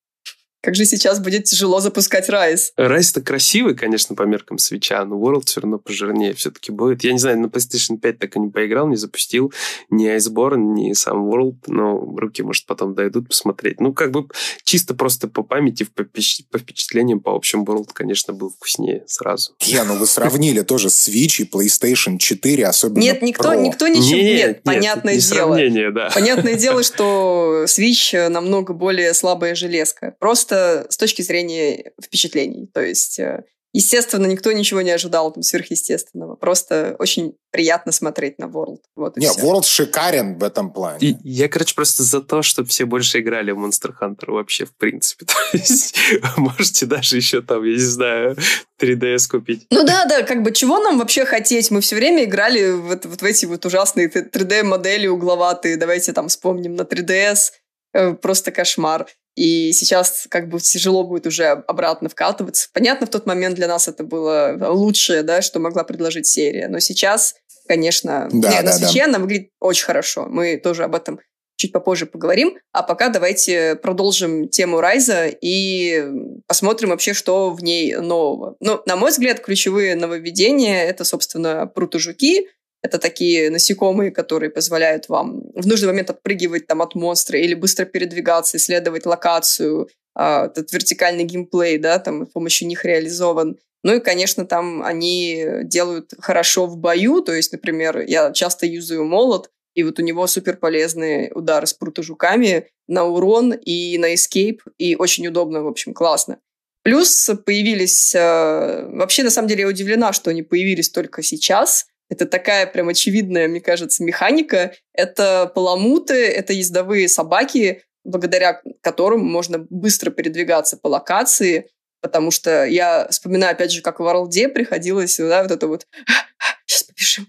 как же сейчас будет тяжело запускать Rise. Rise-то красивый, конечно, по меркам Switch'а, но World все равно пожирнее все-таки будет. Я не знаю, на PlayStation 5 так и не поиграл, не запустил ни Iceborne, ни сам World, но руки, может, потом дойдут посмотреть. Ну, как бы чисто просто по памяти, по впечатлениям, по общему World, конечно, был вкуснее сразу. Ну вы сравнили тоже Switch и PlayStation 4, особенно Нет, никто ничего... Нет, понятное не дело. Сравнение, да. Понятное дело, что Switch намного более слабая железка. Просто с точки зрения впечатлений. То есть, естественно, никто ничего не ожидал там сверхъестественного. Просто очень приятно смотреть на World. Вот Нет, World шикарен в этом плане. Я, короче, просто за то, чтобы все больше играли в Monster Hunter вообще, в принципе. То есть, можете даже еще там, я не знаю, 3DS купить. Ну да, как бы чего нам вообще хотеть? Мы все время играли вот в эти вот ужасные 3D-модели угловатые. Давайте там вспомним на 3DS. Просто кошмар. И сейчас как бы тяжело будет уже обратно вкатываться. Понятно, в тот момент для нас это было лучшее, да, что могла предложить серия. Но сейчас, конечно, на Switch'е она выглядит очень хорошо. Мы тоже об этом чуть попозже поговорим. А пока давайте продолжим тему Райза и посмотрим вообще, что в ней нового. Ну, на мой взгляд, ключевые нововведения – это, собственно, прутожуки. Это такие насекомые, которые позволяют вам в нужный момент отпрыгивать там от монстра или быстро передвигаться, исследовать локацию. Этот вертикальный геймплей, да, там с помощью них реализован. Ну и, конечно, там они делают хорошо в бою. То есть, например, я часто юзаю молот, и вот у него суперполезные удары с прутожуками на урон и на эскейп, и очень удобно, в общем, классно. Плюс появились... Вообще, на самом деле, я удивлена, что они появились только сейчас. Это такая прям очевидная, мне кажется, механика. Это паламуты, это ездовые собаки, благодаря которым можно быстро передвигаться по локации, потому что я вспоминаю, опять же, как в Ворлде приходилось, да, вот это вот «Сейчас побежим,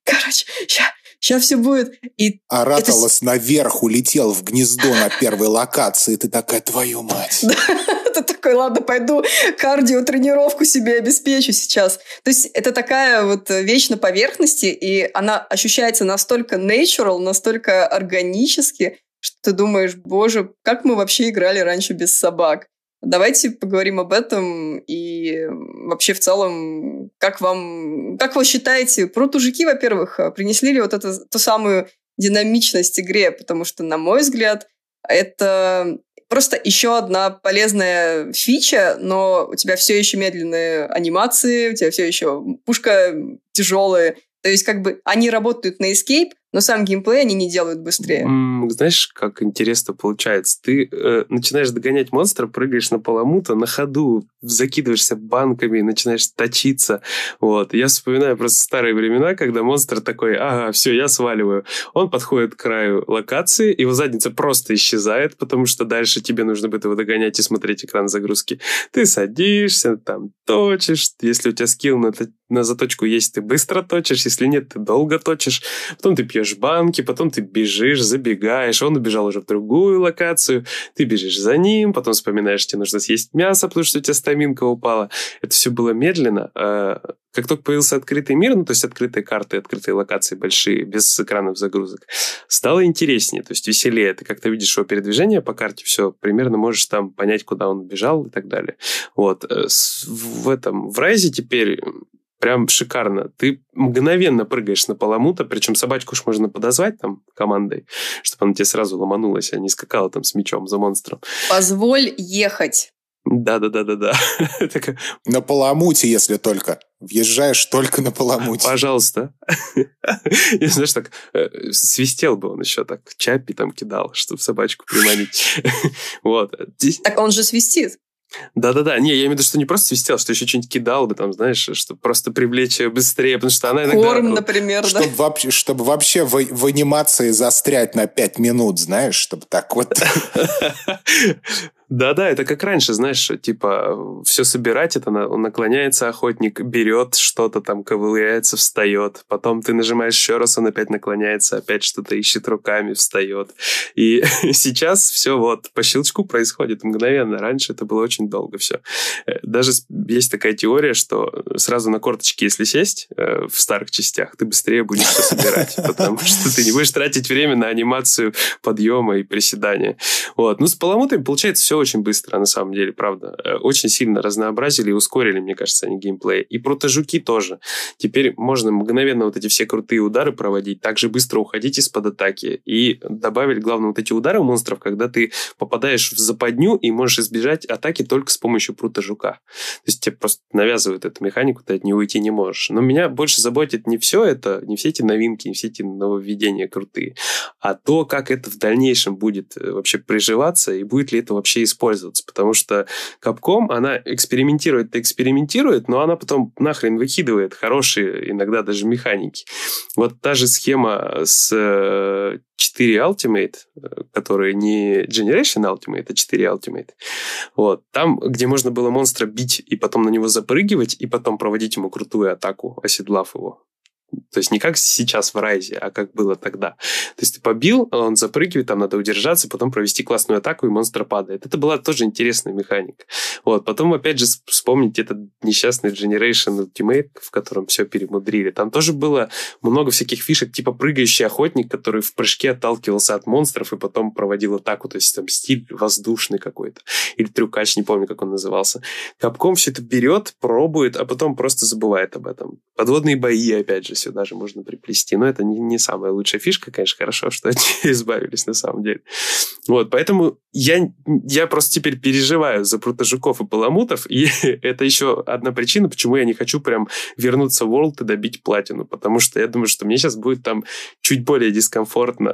сейчас все будет». И Араталос наверх улетел в гнездо на первой локации, ты такая, твою мать. Ты такой, ладно, пойду кардио-тренировку себе обеспечу сейчас. То есть это такая вот вещь на поверхности, и она ощущается настолько natural, настолько органически, что ты думаешь, боже, как мы вообще играли раньше без собак. Давайте поговорим об этом и вообще в целом, как вы считаете, прутожуки, во-первых, принесли ли вот ту самую динамичность игре, потому что, на мой взгляд, это просто еще одна полезная фича, но у тебя все еще медленные анимации, у тебя все еще пушка тяжелая. То есть как бы они работают на escape, но сам геймплей они не делают быстрее. Знаешь, как интересно получается? Ты начинаешь догонять монстра, прыгаешь на паламута, на ходу закидываешься банками, начинаешь точиться. Вот. Я вспоминаю просто старые времена, когда монстр такой, ага, все, я сваливаю. Он подходит к краю локации, его задница просто исчезает, потому что дальше тебе нужно будет его догонять и смотреть экран загрузки. Ты садишься, там точишь. Если у тебя скилл на заточку есть, ты быстро точишь, если нет, ты долго точишь. Потом ты пьешь банки, потом ты бежишь, забегаешь. Он убежал уже в другую локацию. Ты бежишь за ним, потом вспоминаешь, тебе нужно съесть мясо, потому что у тебя стаминка упала. Это все было медленно. Как только появился открытый мир, ну, то есть открытые карты, открытые локации большие, без экранов загрузок, стало интереснее, то есть веселее. Ты как-то видишь его передвижение по карте, все, примерно можешь там понять, куда он бежал и так далее. Вот. В Райзе теперь прям шикарно. Ты мгновенно прыгаешь на Паламута, причем собачку уж можно подозвать там командой, чтобы она тебе сразу ломанулась, а не скакала там с мечом за монстром. Позволь ехать. Да. На Паламуте, если только. Въезжаешь только на Паламуте. Пожалуйста. Я, знаешь, так свистел бы он еще так, чаппи там кидал, чтобы собачку приманить. Вот. Так он же свистит. Да. Не, я имею в виду, что не просто свистел, что еще что-нибудь кидал бы там, знаешь, чтобы просто привлечь ее быстрее, потому что она иногда... Корм, например, да. Чтобы вообще в анимации застрять на 5 минут, знаешь, чтобы так вот... Да, это как раньше, знаешь, типа все собирать, это он наклоняется, охотник берет что-то там, ковыляется, встает, потом ты нажимаешь еще раз, он опять наклоняется, опять что-то ищет руками, встает. И сейчас все вот по щелчку происходит мгновенно. Раньше это было очень долго все. Даже есть такая теория, что сразу на корточки, если сесть в старых частях, ты быстрее будешь все собирать, потому что ты не будешь тратить время на анимацию подъема и приседания. Вот. Ну, с Паламутами получается все очень быстро, на самом деле, правда. Очень сильно разнообразили и ускорили, мне кажется, они геймплей. И протожуки тоже. Теперь можно мгновенно вот эти все крутые удары проводить, также быстро уходить из-под атаки. И добавили, главное, вот эти удары монстров, когда ты попадаешь в западню и можешь избежать атаки только с помощью прутожука. То есть тебе просто навязывают эту механику, ты от нее уйти не можешь. Но меня больше заботит не все это, не все эти новинки, не все эти нововведения крутые, а то, как это в дальнейшем будет вообще приживаться и будет ли это вообще использоваться, потому что Capcom, она экспериментирует, но она потом нахрен выкидывает хорошие иногда даже механики. Вот та же схема с 4 Ultimate, которые не Generation Ultimate, а 4 Ultimate. Вот. Там, где можно было монстра бить и потом на него запрыгивать, и потом проводить ему крутую атаку, оседлав его. То есть не как сейчас в Райзе, а как было тогда. То есть ты побил, он запрыгивает, там надо удержаться, потом провести классную атаку, и монстр падает. Это была тоже интересная механика. Вот. Потом, опять же, вспомнить этот несчастный Generation Ultimate, в котором все перемудрили. Там тоже было много всяких фишек, типа прыгающий охотник, который в прыжке отталкивался от монстров и потом проводил атаку. То есть там стиль воздушный какой-то. Или трюкач, не помню, как он назывался. Capcom все это берет, пробует, а потом просто забывает об этом. Подводные бои, опять же, сюда же можно приплести. Но это не самая лучшая фишка, конечно, хорошо, что от нее избавились на самом деле. Вот, поэтому я просто теперь переживаю за протожуков и паламутов, и это еще одна причина, почему я не хочу прям вернуться в World и добить платину, потому что я думаю, что мне сейчас будет там чуть более дискомфортно,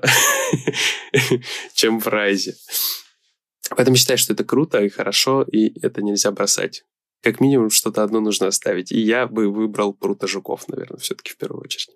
чем в Райзе. Поэтому считаю, что это круто и хорошо, и это нельзя бросать. Как минимум, что-то одно нужно оставить. И я бы выбрал прутожуков, наверное, все-таки в первую очередь.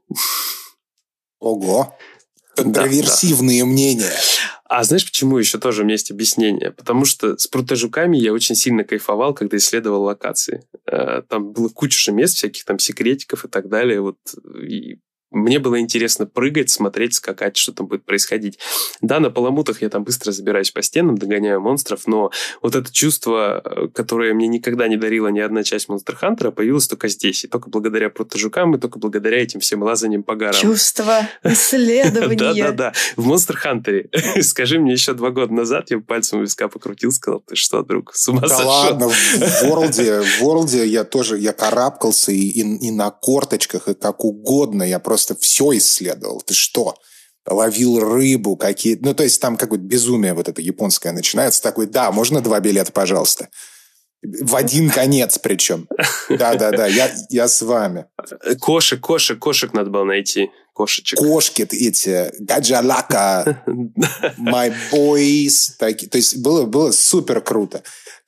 Ого! Контроверсивные мнения. А знаешь, почему еще тоже у меня есть объяснение? Потому что с прутожуками я очень сильно кайфовал, когда исследовал локации. Там было куча мест, всяких там секретиков и так далее. Вот, и мне было интересно прыгать, смотреть, скакать, что там будет происходить. Да, на паламутах я там быстро забираюсь по стенам, догоняю монстров, но вот это чувство, которое мне никогда не дарила ни одна часть Monster Hunter, появилось только здесь. И только благодаря протожукам, и только благодаря этим всем лазаниям по горам. Чувство исследования. Да. В Monster Hunter. Скажи мне, еще 2 года назад я пальцем у виска покрутил, сказал, ты что, друг, с ума сошел? Да ладно, в World я карабкался и на корточках, и как угодно, я просто все исследовал. Ты что? Ловил рыбу, какие... Ну, то есть там какое-то безумие вот это японское начинается. Такой, да, можно 2 билета, пожалуйста? В один конец причем. Да, я с вами. Кошек надо было найти. Кошечек. Кошки эти, гаджалака, my boys. То есть было супер круто.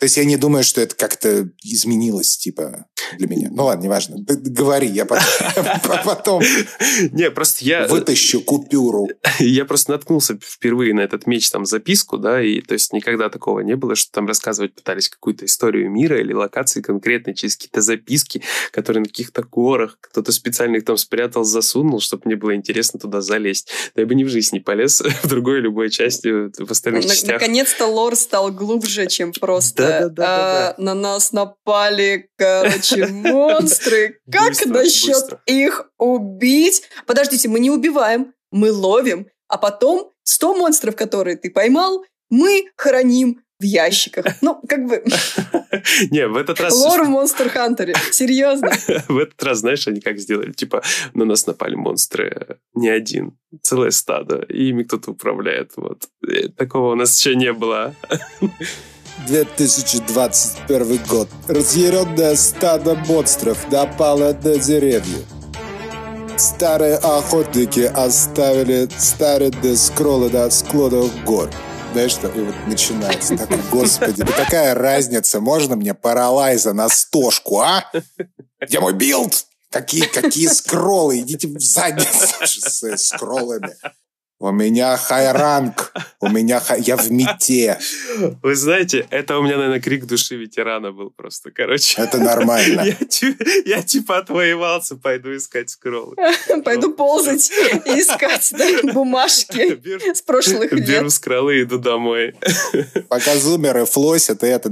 То есть я не думаю, что это как-то изменилось, типа, для меня. Ну ладно, неважно. Говори, я потом Не, просто я... вытащу купюру. Я просто наткнулся впервые на этот меч, там, записку, да, и то есть никогда такого не было, что там рассказывать пытались какую-то историю мира или локации конкретной через какие-то записки, которые на каких-то горах, кто-то специально их там спрятал, засунул, чтобы мне было интересно туда залезть. Но я бы ни в жизнь не полез в другой любой части, в остальных частях. Наконец-то лор стал глубже, чем просто на нас напали, короче, монстры. Как насчет их убить? Подождите, мы не убиваем, мы ловим, а потом 100 монстров, которые ты поймал, мы храним в ящиках. Ну, как бы... Не, в этот раз... Лор в Monster Hunter. Серьезно. В этот раз, знаешь, они как сделали? Типа, на нас напали монстры. Не один. Целое стадо. И ими кто-то управляет. Вот. Такого у нас еще не было. 2021 год. Разъяренное стадо монстров напало на деревья. Старые охотники оставили старые скроллы на склонах гор. Знаешь что? И вот начинается такой, господи, да какая разница? Можно мне паралайза на 100-шку, а? Где мой билд? Какие скроллы? Идите в задницу с скроллами. У меня хай-ранг. Я в мете. Вы знаете, это у меня, наверное, крик души ветерана был просто. Короче. Это нормально. Я типа отвоевался, пойду искать скроллы. Пойду ползать и искать бумажки с прошлых лет. Беру скроллы и иду домой. Пока зумеры флосят и это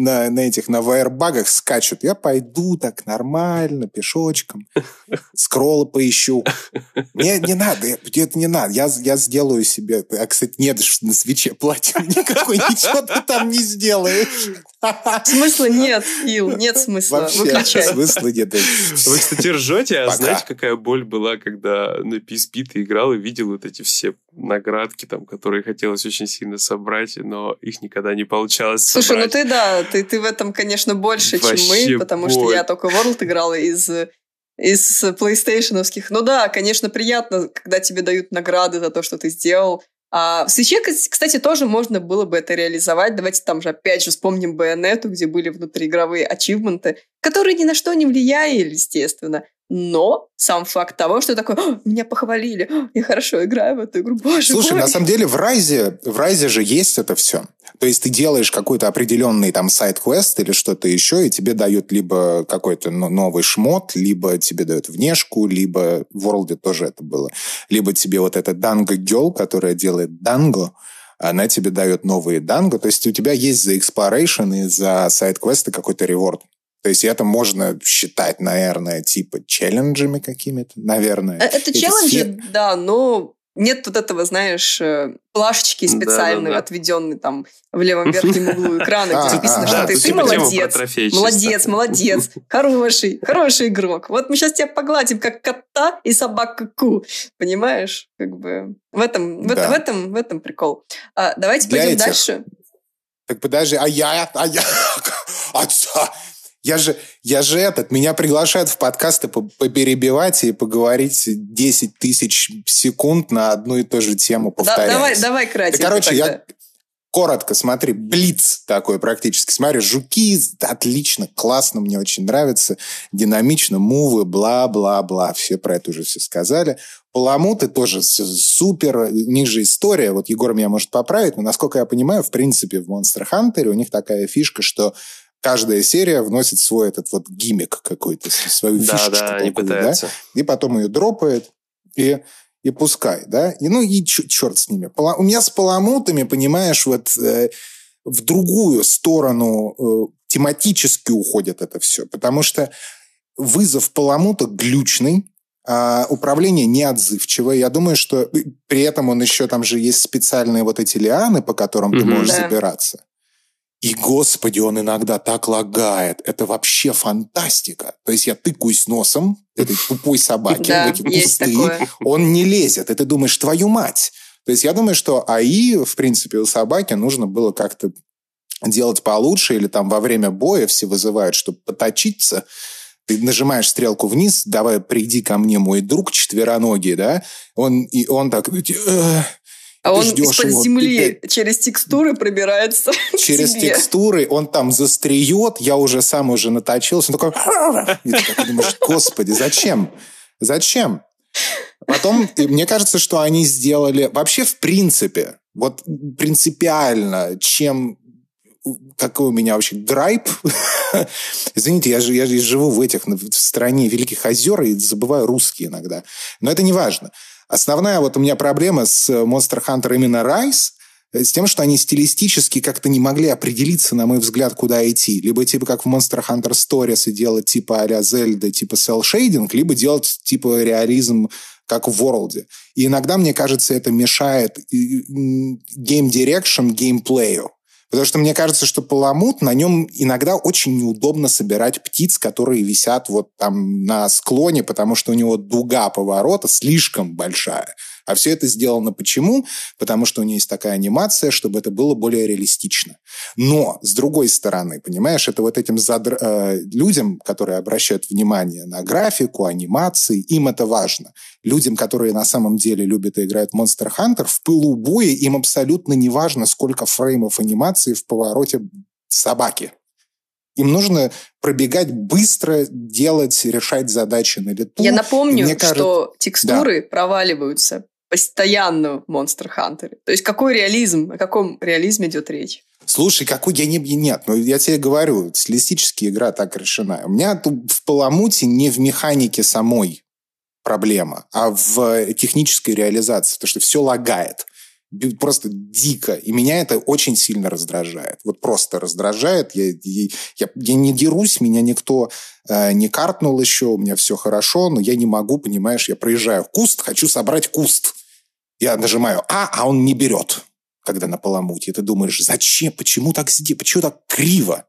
на вайербагах скачут, я пойду так нормально, пешочком. Скроллы поищу. Не надо, это не надо. Я сделаю себе... А, кстати, нет на свече платья никакой, ничего ты там не сделаешь. Смысла нет, Фил, нет смысла. Вообще, выключай. Смысла нет. Вы, кстати, ржете, а Пока. знаете, какая боль была, когда на PSP ты играл и видел вот эти все наградки, там, которые хотелось очень сильно собрать, но их никогда не получалось собрать. Слушай, ты в этом, конечно, больше, Вообще чем мы, потому что боль. я только World играла из PlayStation-овских. Ну да, конечно, приятно, когда тебе дают награды за то, что ты сделал. А в свече, кстати, тоже можно было бы это реализовать. Давайте там же опять же вспомним Байонету, где были внутриигровые ачивменты, которые ни на что не влияли, естественно. Но сам факт того, что такой, меня похвалили, я хорошо играю в эту игру, боже мой. Слушай, на самом деле в Райзе же есть это все. То есть ты делаешь какой-то определенный там сайд-квест или что-то еще, и тебе дают либо какой-то новый шмот, либо тебе дают внешку, либо в Ворлде тоже это было. Либо тебе вот эта Dango Girl, которая делает Dango, она тебе дает новые Dango. То есть у тебя есть за exploration и за сайд-квесты какой-то реворд. То есть это можно считать, наверное, типа челленджами какими-то, наверное. Это челленджи, да, но нет вот этого, знаешь, плашечки специальной, отведенной там в левом верхнем углу экрана, где написано, что ты молодец, молодец, хороший игрок. Вот мы сейчас тебя погладим, как кота и собаку, понимаешь? Как бы в этом прикол. Давайте пойдем дальше. Так подожди, Я же меня приглашают в подкасты поперебивать и поговорить 10 тысяч секунд на одну и ту же тему, повторяясь. Давай кратенько. Короче, я коротко, смотри, блиц такой практически. Смотри, жуки, отлично, классно, мне очень нравится, динамично, мувы, бла-бла-бла, все про это уже все сказали. Паламуты тоже супер, у них же история, вот Егор меня может поправить, но, насколько я понимаю, в принципе, в Monster Hunter у них такая фишка, что каждая серия вносит свой этот вот гиммик какой-то, свою фишечку. Да, они пытаются. Да? И потом ее дропает, и пускай, да? И черт с ними. У меня с паламутами, понимаешь, вот в другую сторону тематически уходит это все, потому что вызов паламута глючный, управление неотзывчивое. Я думаю, что при этом он еще, там же есть специальные вот эти лианы, по которым ты можешь забираться. И, господи, он иногда так лагает. Это вообще фантастика. То есть я тыкаюсь носом этой тупой собаки в эти кусты. Он не лезет. И ты думаешь, твою мать. То есть я думаю, что АИ, в принципе, у собаки нужно было как-то делать получше. Или там во время боя все вызывают, чтобы поточиться. Ты нажимаешь стрелку вниз, давай, приди ко мне, мой друг четвероногий, да? Он так... А он из-под земли через текстуры пробирается через текстуры, он там застреет, я уже сам уже наточился, он такой... И ты думаешь, господи, зачем? Зачем? Потом, мне кажется, что они сделали... Вообще, в принципе, вот принципиально, какой у меня вообще грайп. Извините, я живу в стране Великих озер и забываю русский иногда. Но это не важно. Основная вот у меня проблема с Monster Hunter именно Rise с тем, что они стилистически как-то не могли определиться, на мой взгляд, куда идти. Либо типа как в Monster Hunter Stories и делать типа а-ля Zelda, типа cel-shading, либо делать типа реализм, как в World. И иногда, мне кажется, это мешает game direction геймплею. Потому что мне кажется, что Паламут, на нем иногда очень неудобно собирать птиц, которые висят вот там на склоне, потому что у него дуга поворота слишком большая. А все это сделано почему? Потому что у нее есть такая анимация, чтобы это было более реалистично. Но, с другой стороны, понимаешь, это вот этим людям, которые обращают внимание на графику, анимации, им это важно. Людям, которые на самом деле любят и играют в Monster Hunter, в пылу боя им абсолютно не важно, сколько фреймов анимации в повороте собаки. Им нужно пробегать быстро, решать задачи на лету. Я напомню, что текстуры проваливаются постоянно в Monster Hunter. То есть какой реализм, о каком реализме идет речь? Слушай, нет, я тебе говорю, стилистически игра так решена. У меня тут в Паламуте не в механике самой проблема, а в технической реализации, потому что все лагает. Просто дико. И меня это очень сильно раздражает. Вот просто раздражает. Я не дерусь, меня никто не картнул еще, у меня все хорошо, но я не могу, понимаешь, я проезжаю куст, хочу собрать куст. Я нажимаю а он не берет, когда на Паламуте. И ты думаешь, зачем, почему так криво?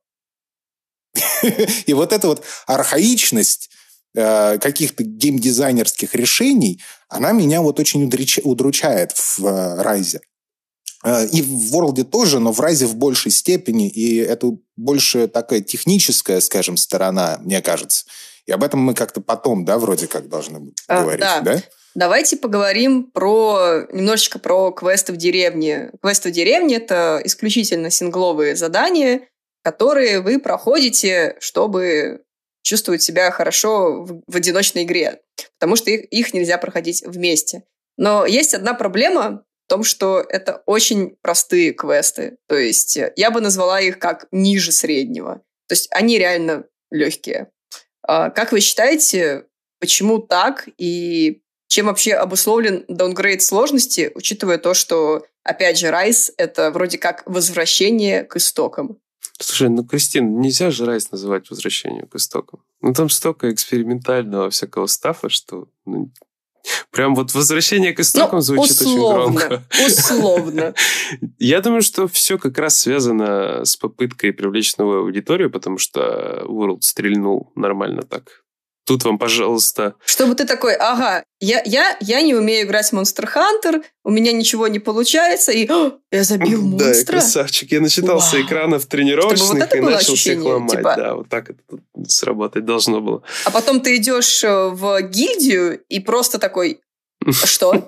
И вот эта вот архаичность каких-то геймдизайнерских решений, она меня вот очень удручает в Райзе. И в Ворлде тоже, но в Райзе в большей степени, и это больше такая техническая, скажем, сторона, мне кажется. И об этом мы как-то потом, да, вроде как должны говорить, да? Давайте поговорим немножечко про квесты в деревне. Квесты в деревне – это исключительно сингловые задания, которые вы проходите, чтобы чувствовать себя хорошо в одиночной игре, потому что их нельзя проходить вместе. Но есть одна проблема в том, что это очень простые квесты. То есть я бы назвала их как ниже среднего. То есть они реально легкие. Как вы считаете, почему так и чем вообще обусловлен даунгрейд сложности, учитывая то, что, опять же, Rise — это вроде как возвращение к истокам? Слушай, Кристин, нельзя же Rise называть возвращением к истокам. Там столько экспериментального всякого стафа, что прям вот возвращение к истокам звучит очень громко. Условно. Я думаю, что все как раз связано с попыткой привлечь новую аудиторию, потому что World стрельнул нормально так. Тут вам, пожалуйста... Чтобы ты такой, я не умею играть в Monster Hunter, у меня ничего не получается, и я забил монстра. Да, я красавчик. Я начитался экранов тренировочных и начал всех ломать. Типа... Да, вот так это сработать должно было. А потом ты идешь в гильдию и просто такой, что?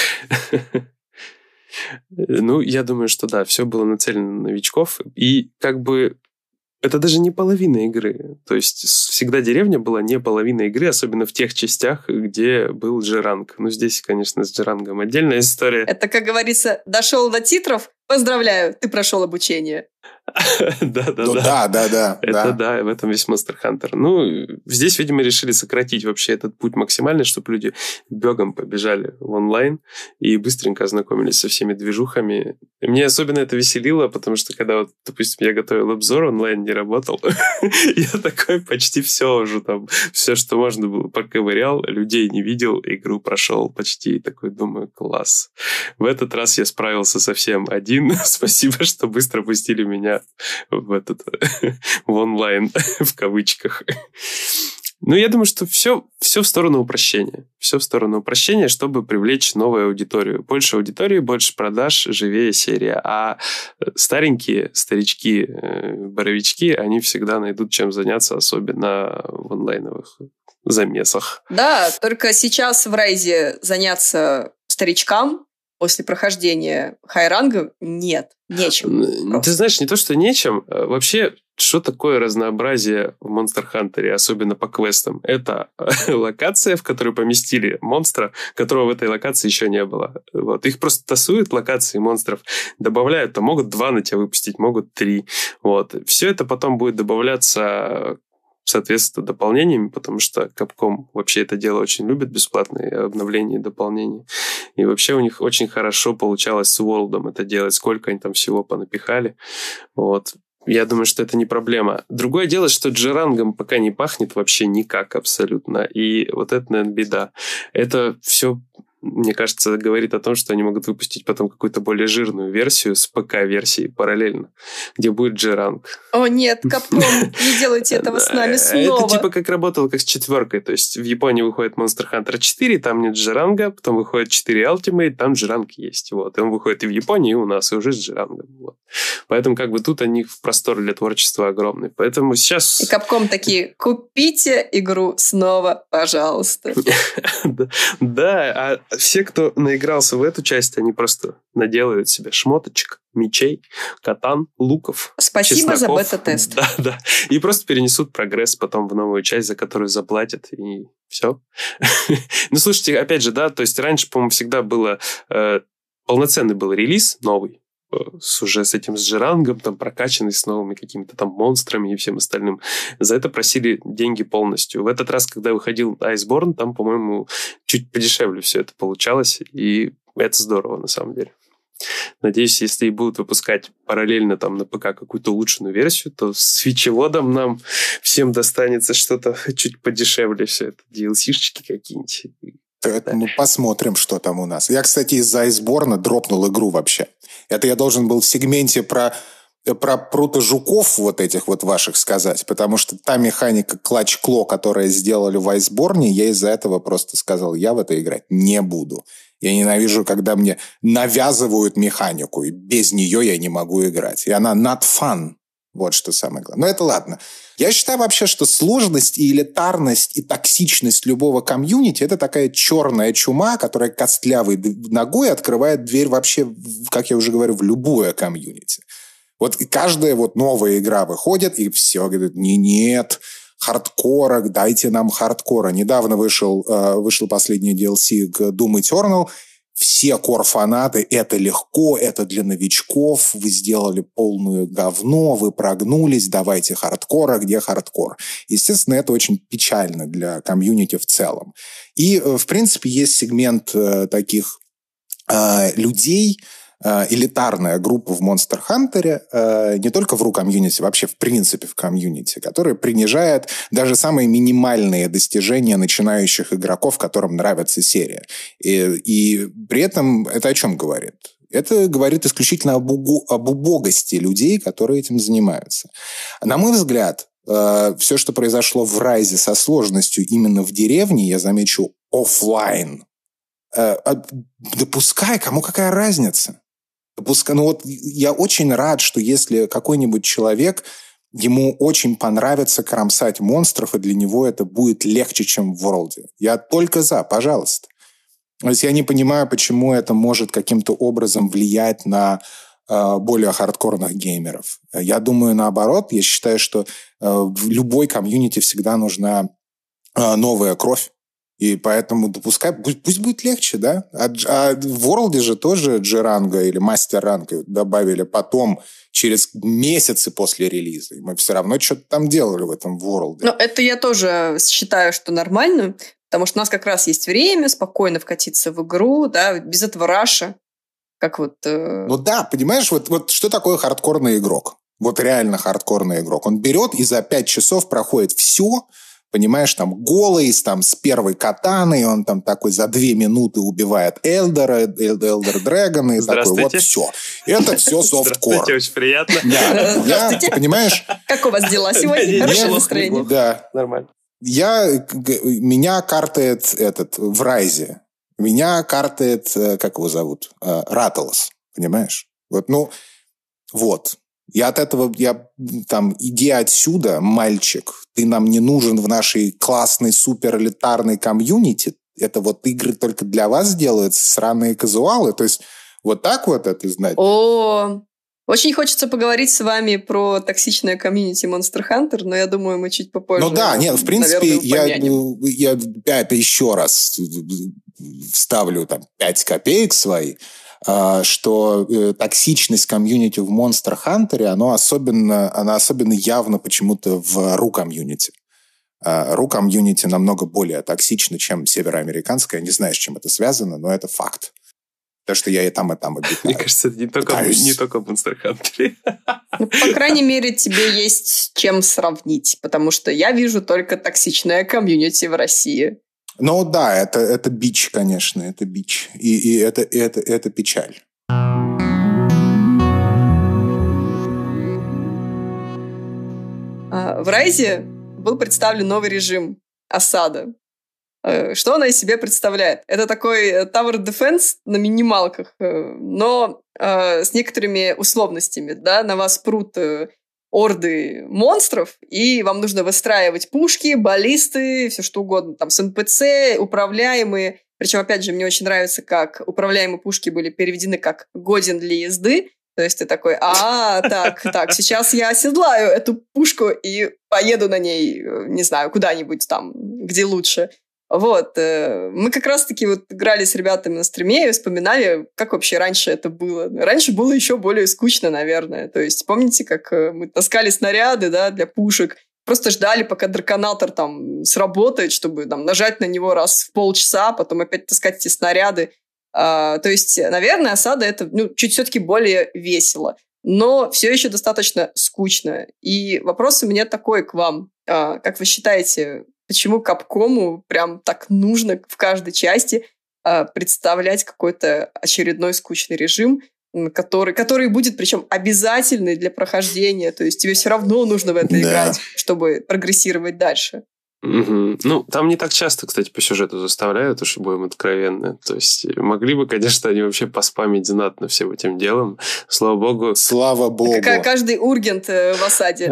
Я думаю, что да, все было нацелено на новичков. И как бы это даже не половина игры. То есть всегда деревня была не половина игры, особенно в тех частях, где был G-ранг. Здесь, конечно, с G-рангом отдельная история. Это, как говорится, дошел до титров, поздравляю, ты прошел обучение. Да. Это да, в этом весь Monster Hunter. Здесь, видимо, решили сократить вообще этот путь максимально, чтобы люди бегом побежали в онлайн и быстренько ознакомились со всеми движухами. И мне особенно это веселило, потому что когда, допустим, я готовил обзор, онлайн не работал, я такой почти все уже там, все, что можно было, поковырял, людей не видел, игру прошел почти, такой думаю, класс. В этот раз я справился совсем один. Спасибо, что быстро пустили меня в онлайн, в кавычках. Я думаю, что все в сторону упрощения. Все в сторону упрощения, чтобы привлечь новую аудиторию. Больше аудитории, больше продаж, живее серия. А старенькие старички, боровички, они всегда найдут чем заняться, особенно в онлайновых замесах. Да, только сейчас в Райзе заняться старичкам после прохождения хай-ранга нет, нечем. Ты знаешь, не то, что нечем. Вообще, что такое разнообразие в Monster Hunter, особенно по квестам? Это локация, в которую поместили монстра, которого в этой локации еще не было. Вот. Их просто тасуют, локации монстров, добавляют, то могут 2 на тебя выпустить, могут 3. Вот. Все это потом будет добавляться соответственно дополнениями, потому что Capcom вообще это дело очень любит, бесплатные обновления и дополнения. И вообще у них очень хорошо получалось с World'ом это делать, сколько они там всего понапихали. Вот. Я думаю, что это не проблема. Другое дело, что джерангом пока не пахнет вообще никак абсолютно. И вот это, наверное, беда. Это все, мне кажется, говорит о том, что они могут выпустить потом какую-то более жирную версию с ПК-версией параллельно, где будет джеранг. О нет, Capcom, не делайте этого с нами снова. Это типа как работало, как с 4. То есть в Японии выходит Monster Hunter 4, там нет джеранга, потом выходит 4 Ultimate, там джеранг есть. Вот. И он выходит и в Японии, и у нас, и уже с джерангом. Вот. Поэтому как бы тут они в простор для творчества огромный. Поэтому сейчас... И Capcom такие, купите игру снова, пожалуйста. Да, а все, кто наигрался в эту часть, они просто наделают себе шмоточек, мечей, катан, луков, Спасибо чесноков. за бета-тест. Да. И просто перенесут прогресс потом в новую часть, за которую заплатят, и все. Ну, слушайте, опять же, да, то есть раньше, по-моему, всегда было... полноценный был релиз новый, уже с этим с джерангом, там, прокачанный с новыми какими-то там монстрами и всем остальным. За это просили деньги полностью. В этот раз, когда выходил Iceborne, там, по-моему, чуть подешевле все это получалось, и это здорово, на самом деле. Надеюсь, если и будут выпускать параллельно там на ПК какую-то улучшенную версию, то с свитчеводом нам всем достанется что-то чуть подешевле все это, DLC-шечки какие-нибудь. Ну, посмотрим, что там у нас. Я, кстати, из-за Iceborne дропнул игру вообще. Это я должен был в сегменте про прото-жуков вот этих вот ваших сказать, потому что та механика клатч-кло, которую сделали в Iceborne, я из-за этого просто сказал, я в это играть не буду. Я ненавижу, когда мне навязывают механику, и без нее я не могу играть. И она not fun. Вот что самое главное. Но это ладно. Я считаю вообще, что сложность и элитарность и токсичность любого комьюнити – это такая черная чума, которая костлявой ногой открывает дверь вообще, как я уже говорю, в любое комьюнити. Вот каждая вот новая игра выходит, и все говорят, нет, хардкора, дайте нам хардкора. Недавно вышел последний DLC к Doom Eternal. Все кор-фанаты, это легко, это для новичков, вы сделали полную говно, вы прогнулись, давайте хардкора, где хардкор? Естественно, это очень печально для комьюнити в целом. И, в принципе, есть сегмент таких людей, элитарная группа в Monster Hunter, не только в RU-комьюнити, вообще в принципе в комьюнити, которая принижает даже самые минимальные достижения начинающих игроков, которым нравится серия. И при этом это о чем говорит? Это говорит исключительно об убогости людей, которые этим занимаются. На мой взгляд, все, что произошло в Райзе со сложностью именно в деревне, я замечу, офлайн. Да пускай, кому какая разница? Ну вот я очень рад, что если какой-нибудь человек, ему очень понравится кромсать монстров, и для него это будет легче, чем в World. Я только за, пожалуйста. То есть я не понимаю, почему это может каким-то образом влиять на более хардкорных геймеров. Я думаю, наоборот, я считаю, что в любой комьюнити всегда нужна новая кровь. И поэтому допускай, пусть будет легче, да? А в World же тоже G-ранга или мастер-ранга добавили потом, через месяцы после релиза. И мы все равно что-то там делали в этом World. Но это я тоже считаю, что нормально, потому что у нас как раз есть время спокойно вкатиться в игру, да, без этого раша. Как вот... Ну да, понимаешь, вот что такое хардкорный игрок? Вот реально хардкорный игрок. Он берет и за 5 часов проходит все. Понимаешь, там голый, там с первой катаной, он там такой за 2 минуты убивает Элдер Дрэгона, и такой, вот все. Это все софткор. Здравствуйте, очень приятно. Да, понимаешь? Как у вас дела сегодня? Хорошее настроение? Да. Нормально. Меня картает в Райзе. Меня картает, как его зовут? Rattlers, понимаешь? Вот. Я от этого, иди отсюда, мальчик, ты нам не нужен в нашей классной, суперэлитарной комьюнити, это вот игры только для вас делаются, сраные казуалы? То есть вот так вот это знать? Очень хочется поговорить с вами про токсичное комьюнити Monster Hunter, но я думаю, мы чуть попозже. Ну да, нет, в принципе, я еще раз вставлю там 5 копеек свои, что токсичность комьюнити в Monster Hunter, она особенно явно почему-то в ру-комьюнити. Ру-комьюнити намного более токсично, чем североамериканское. Не знаю, с чем это связано, но это факт. Потому что я и там обитаю. Мне кажется, это не только в Monster Hunter. Ну, по крайней мере, тебе есть с чем сравнить, потому что я вижу только токсичное комьюнити в России. Ну да, это бич, конечно, это бич. И это печаль. В Райзе был представлен новый режим осада. Что она из себя представляет? Это такой Tower Defense на минималках, но с некоторыми условностями. Да? На вас прут орды монстров, и вам нужно выстраивать пушки, баллисты, все что угодно, там, с НПЦ, управляемые. Причем, опять же, мне очень нравится, как управляемые пушки были переведены как «годен для езды». То есть ты такой, так, сейчас я оседлаю эту пушку и поеду на ней, не знаю, куда-нибудь там, где лучше. Вот, мы как раз-таки вот играли с ребятами на стриме и вспоминали, как вообще раньше это было. Раньше было еще более скучно, наверное. То есть помните, как мы таскали снаряды, да, для пушек, просто ждали, пока драконатор там сработает, чтобы там нажать на него раз в полчаса, потом опять таскать эти снаряды. То есть, наверное, осада это чуть все-таки более весело, но все еще достаточно скучно. И вопрос у меня такой к вам. Как вы считаете, почему Капкому прям так нужно в каждой части представлять какой-то очередной скучный режим, который будет, причем, обязательный для прохождения? То есть тебе все равно нужно в это играть, чтобы прогрессировать дальше. Угу. Ну, там не так часто, кстати, по сюжету заставляют, уж будем откровенны. То есть могли бы, конечно, они вообще поспамить знатно всем этим делом. Слава богу. Слава богу. Как каждый Ургент в осаде.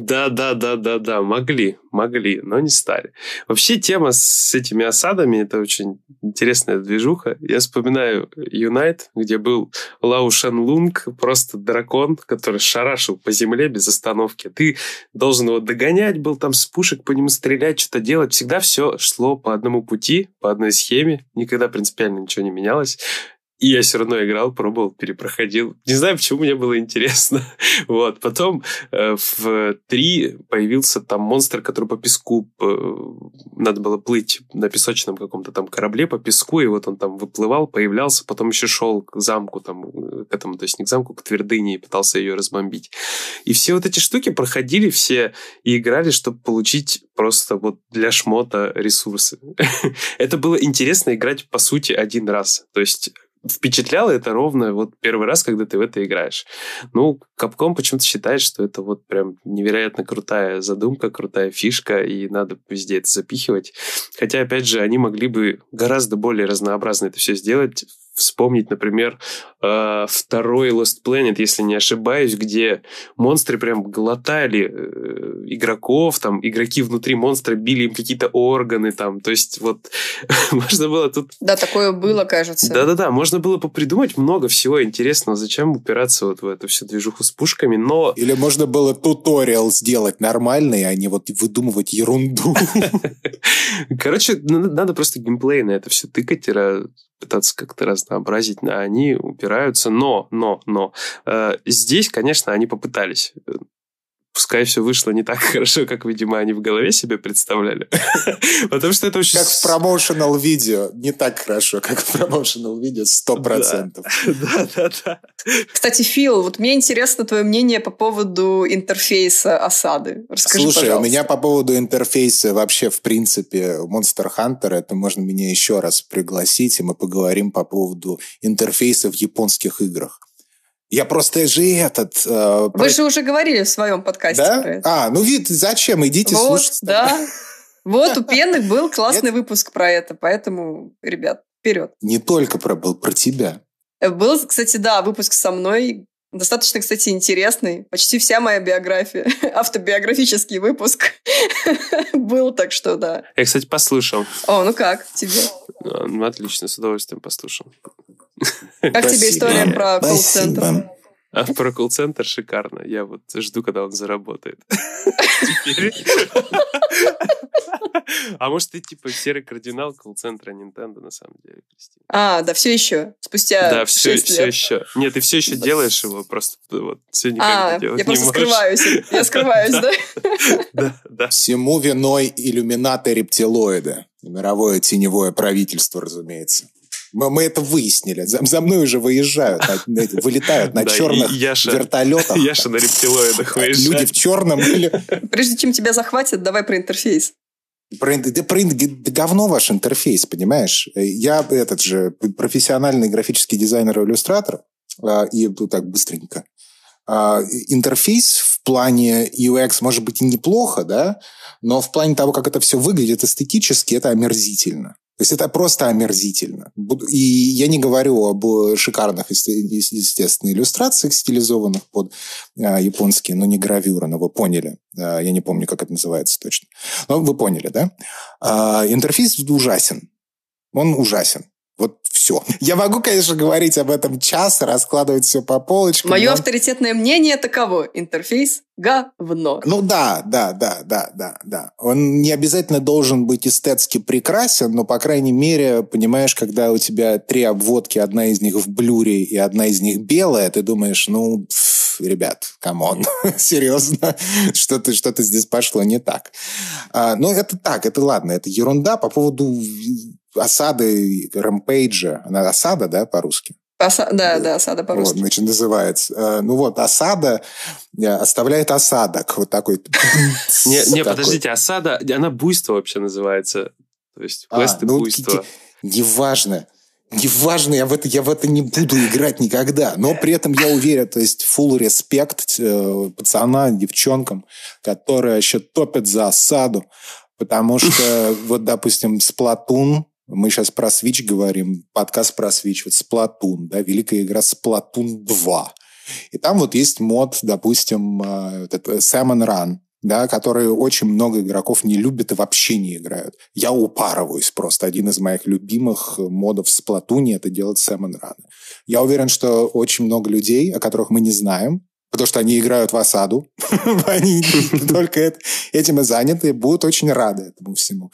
Да, могли, но не стали. Вообще тема с этими осадами, это очень интересная движуха. Я вспоминаю Юнайт, где был Лау Шенлунг, просто дракон, который шарашил по земле без остановки. Ты должен его догонять, был там с пушек по нему стрелять, что-то делать. Всегда все шло по одному пути, по одной схеме. Никогда принципиально ничего не менялось. И я все равно играл, пробовал, перепроходил. Не знаю, почему мне было интересно. Вот. Потом в 3 появился там монстр, который по песку... Надо было плыть на песочном каком-то там корабле по песку, и вот он там выплывал, появлялся, потом еще шел к замку, там, к этому, то есть не к замку, к твердыне, и пытался ее разбомбить. И все вот эти штуки проходили все и играли, чтобы получить просто вот для шмота ресурсы. Это было интересно играть, по сути, один раз. То есть впечатляло это ровно вот первый раз, когда ты в это играешь. Ну, Capcom почему-то считает, что это вот прям невероятно крутая задумка, крутая фишка, и надо везде это запихивать. Хотя, опять же, они могли бы гораздо более разнообразно это все сделать. Вспомнить, например, второй Lost Planet, если не ошибаюсь, где монстры прям глотали игроков, там игроки внутри монстра били им какие-то органы, там, то есть вот можно было тут... Да, такое было, кажется. Да-да-да, можно было попридумать много всего интересного, зачем упираться вот в эту всю движуху с пушками, но... Или можно было туториал сделать нормальный, а не вот выдумывать ерунду. Короче, надо просто геймплей на это все тыкать и пытаться как-то разнообразить, а они упираются, но здесь, конечно, они попытались. Пускай все вышло не так хорошо, как, видимо, они в голове себе представляли. Потому что это очень... Как в промоушенал видео. Не так хорошо, как в промоушенал видео 100%. Да. Кстати, Фил, вот мне интересно твое мнение по поводу интерфейса осады. Расскажи, Слушай, пожалуйста. У меня по поводу интерфейса вообще, в принципе, Monster Hunter, это можно меня еще раз пригласить, и мы поговорим по поводу интерфейса в японских играх. Я просто же Вы же уже говорили в своем подкасте да? про это. Зачем? Идите вот, слушать. Да. Вот у Пенных был классный выпуск про это, поэтому, ребят, вперед. Не только был про тебя. Был, кстати, да, выпуск со мной, Достаточно, кстати, интересный. Почти вся моя биография, автобиографический выпуск был, так что да. Я, кстати, послушал. О, ну как тебе? Ну, отлично, с удовольствием послушал. Как тебе история про колл-центр? А про колл-центр шикарно. Я вот жду, когда он заработает. А может, ты типа серый кардинал колл-центра Nintendo на самом деле, Кристина? А, да, все еще. Спустя 6 лет. Да, все еще. Нет, ты все еще делаешь его, просто вот все никак не делать я просто не можешь. Я скрываюсь, да? Да. Всему виной иллюминаты рептилоида. Мировое теневое правительство, разумеется. Мы это выяснили. За мной уже выезжают, вылетают на черных вертолетах. Яша на рептилоидах выезжает. Люди в черном. Прежде чем тебя захватят, давай про интерфейс. Говно ваш интерфейс, понимаешь? Я этот же профессиональный графический дизайнер и иллюстратор. И так быстренько. Интерфейс в плане UX может быть и неплохо, да? Но в плане того, как это все выглядит эстетически, это омерзительно. То есть это просто омерзительно. И я не говорю об шикарных, естественно, иллюстрациях, стилизованных под японские, но не гравюры, но вы поняли. Я не помню, как это называется точно. Но вы поняли, да? Интерфейс ужасен. Он ужасен. Вот все. Я могу, конечно, говорить об этом час, раскладывать все по полочкам. Мое авторитетное мнение таково. Интерфейс – говно. Ну да. Он не обязательно должен быть эстетски прекрасен, но, по крайней мере, понимаешь, когда у тебя 3 обводки, одна из них в блюре и одна из них белая, ты думаешь, ребят, камон, серьезно, что-то здесь пошло не так. Но это так, это ладно, это ерунда по поводу осады, рэмпейджа. Она осада, да, по-русски? Да, осада по-русски. Вот, значит, называется. Осада оставляет осадок. Вот такой. Не, подождите, осада, она буйство вообще называется. То есть квесты буйства. Неважно, я в это не буду играть никогда. Но при этом я уверен, то есть full респект пацанам, девчонкам, которые еще топят за осаду. Потому что, вот, допустим, Splatoon, мы сейчас про Switch говорим, подкаст про Switch, вот Splatoon, да, великая игра Splatoon 2. И там вот есть мод, допустим, Salmon Run, да, который очень много игроков не любят и вообще не играют. Я упарываюсь просто. Один из моих любимых модов в Splatoon – это делать Salmon Run. Я уверен, что очень много людей, о которых мы не знаем, потому что они играют в осаду, они только этим и заняты, будут очень рады этому всему.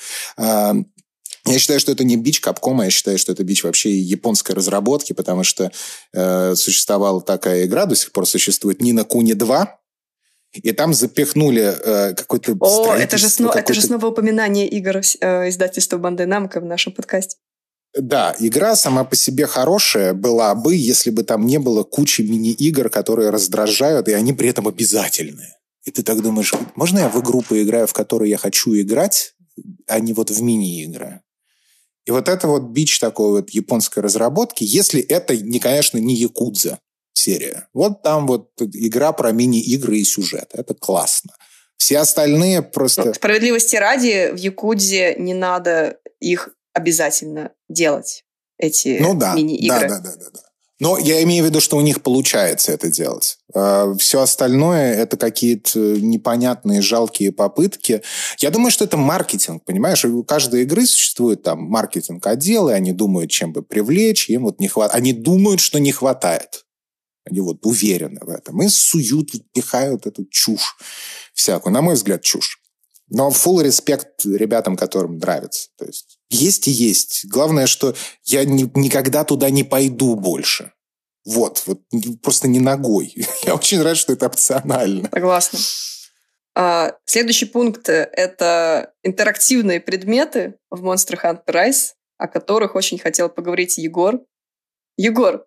Я считаю, что это не бич Capcom, я считаю, что это бич вообще японской разработки, потому что существовала такая игра, до сих пор существует Ни no Kuni 2, и там запихнули какой-то... О, это же снова упоминание игр издательства Bandai Namco в нашем подкасте. Да, игра сама по себе хорошая была бы, если бы там не было кучи мини-игр, которые раздражают, и они при этом обязательные. И ты так думаешь, можно я в игру поиграю, в которую я хочу играть, а не вот в мини-игры? И вот это вот бич такой вот японской разработки, если это, конечно, не Якудза серия. Вот там вот игра про мини-игры и сюжет. Это классно. Все остальные просто... Справедливости ради, в Якудзе не надо их обязательно делать, эти мини-игры. Да. Но я имею в виду, что у них получается это делать. Все остальное – это какие-то непонятные, жалкие попытки. Я думаю, что это маркетинг, понимаешь? У каждой игры существует там маркетинг-отдел, и они думают, чем бы привлечь, им вот не хватает. Они думают, что не хватает. Они вот уверены в этом. И суют, пихают эту чушь всякую. На мой взгляд, чушь. Но full респект ребятам, которым нравится. То есть и есть. Главное, что я никогда туда не пойду больше. Вот просто не ногой. Я очень рад, что это опционально. Согласна. Следующий пункт – это интерактивные предметы в Monster Hunter Rise, о которых очень хотел поговорить Егор. Егор,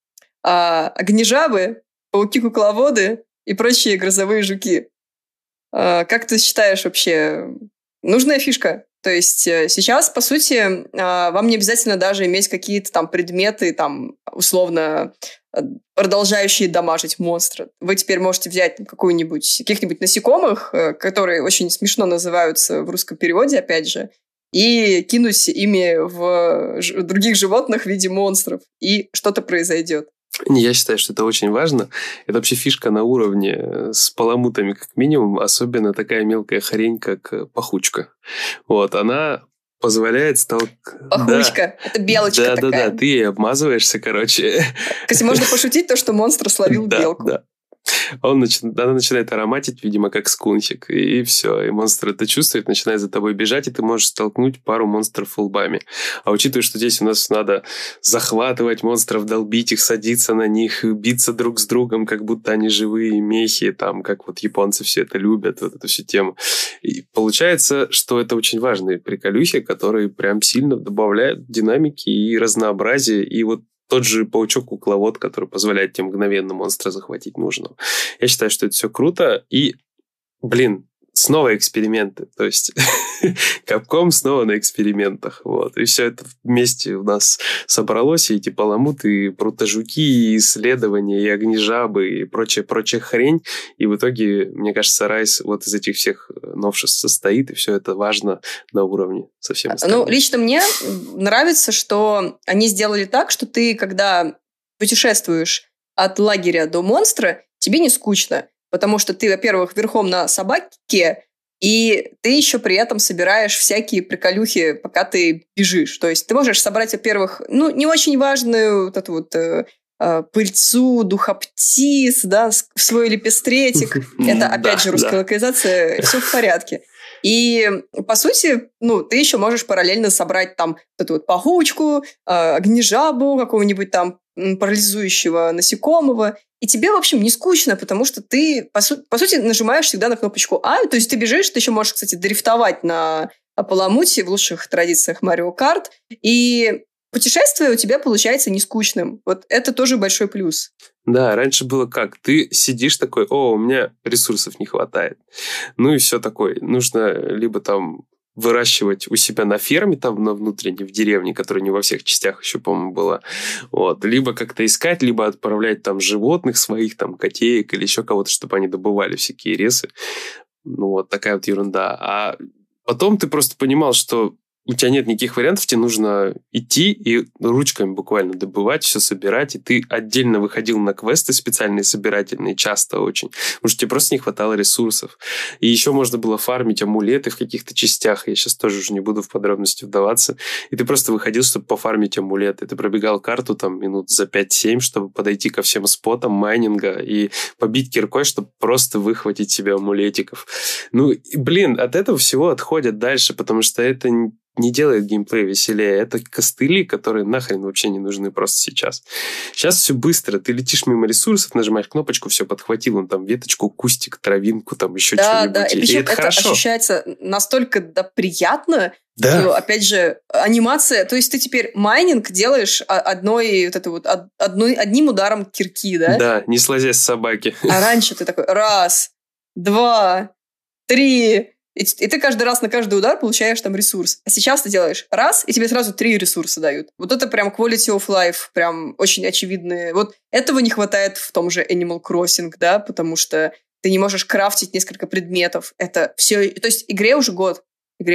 огнежабы, пауки-кукловоды и прочие грозовые жуки. Как ты считаешь вообще, нужная фишка? То есть сейчас, по сути, вам не обязательно даже иметь какие-то там предметы, там, условно, продолжающие дамажить монстра. Вы теперь можете взять каких-нибудь насекомых, которые очень смешно называются в русском переводе, опять же, и кинуть ими в других животных в виде монстров, и что-то произойдет. Я считаю, что это очень важно. Это вообще фишка на уровне с паламутами, как минимум, особенно такая мелкая хрень, как пахучка. Вот, она позволяет Пахучка, это белочка такая. Да, ты ей обмазываешься, короче. Кстати, можно пошутить то, что монстр словил белку. Да. Она начинает ароматить, видимо, как скунсик, и все. И монстр это чувствует, начинает за тобой бежать, и ты можешь столкнуть пару монстров лбами. А учитывая, что здесь у нас надо захватывать монстров, долбить их, садиться на них, биться друг с другом, как будто они живые мехи, там, как вот японцы все это любят, вот эту всю тему. И получается, что это очень важные приколюхи, которые прям сильно добавляют динамики и разнообразия, и вот тот же паучок-кукловод, который позволяет тебе мгновенно монстра захватить нужного. Я считаю, что это все круто. И, снова эксперименты. То есть Capcom снова на экспериментах. Вот. И все это вместе у нас собралось. И эти паламуты, и прутожуки, и исследования, и огнежабы, и прочая хрень. И в итоге, мне кажется, Rise вот из этих всех новшеств состоит. И все это важно на уровне совсем остальным. Ну, лично мне нравится, что они сделали так, что ты, когда путешествуешь от лагеря до монстра, тебе не скучно. Потому что ты, во-первых, верхом на собаке, и ты еще при этом собираешь всякие приколюхи, пока ты бежишь. То есть ты можешь собрать, во-первых, не очень важную вот эту вот пыльцу, духоптиц, да, свой лепестретик. Это, опять же, русская локализация, все в порядке. И, по сути, ты еще можешь параллельно собрать там вот эту вот пахучку, огнежабу, какого-нибудь там парализующего насекомого. И тебе, в общем, не скучно, потому что ты, по сути, нажимаешь всегда на кнопочку А. То есть ты бежишь, ты еще можешь, кстати, дрифтовать на паламуте в лучших традициях Mario Kart. И путешествие у тебя получается не скучным. Вот это тоже большой плюс. Да, раньше было как? Ты сидишь такой, у меня ресурсов не хватает. Ну и все такое. Нужно либо там выращивать у себя на ферме, там на внутренней, в деревне, которая не во всех частях еще, по-моему, была. Вот. Либо как-то искать, либо отправлять там животных своих, там котеек или еще кого-то, чтобы они добывали всякие ресы. Вот такая вот ерунда. А потом ты просто понимал, что у тебя нет никаких вариантов, тебе нужно идти и ручками буквально добывать, все собирать, и ты отдельно выходил на квесты специальные, собирательные, часто очень, потому что тебе просто не хватало ресурсов. И еще можно было фармить амулеты в каких-то частях, я сейчас тоже уже не буду в подробности вдаваться, и ты просто выходил, чтобы пофармить амулеты. Ты пробегал карту там минут за 5-7, чтобы подойти ко всем спотам майнинга и побить киркой, чтобы просто выхватить себе амулетиков. От этого всего отходят дальше, потому что это не делает геймплей веселее. Это костыли, которые нахрен вообще не нужны просто сейчас. Сейчас все быстро. Ты летишь мимо ресурсов, нажимаешь кнопочку, все подхватил, он там веточку, кустик, травинку, там еще что-нибудь. Да, и причем это хорошо. Ощущается настолько приятно. Да. Что, опять же, анимация. То есть ты теперь майнинг делаешь одним ударом кирки, да? Да, не слазя с собаки. А раньше ты такой 1, 2, 3... И ты каждый раз на каждый удар получаешь там ресурс. А сейчас ты делаешь раз, и тебе сразу 3 ресурса дают. Вот это прям quality of life, прям очень очевидные. Вот этого не хватает в том же Animal Crossing, да, потому что ты не можешь крафтить несколько предметов. Это все... То есть игре уже год,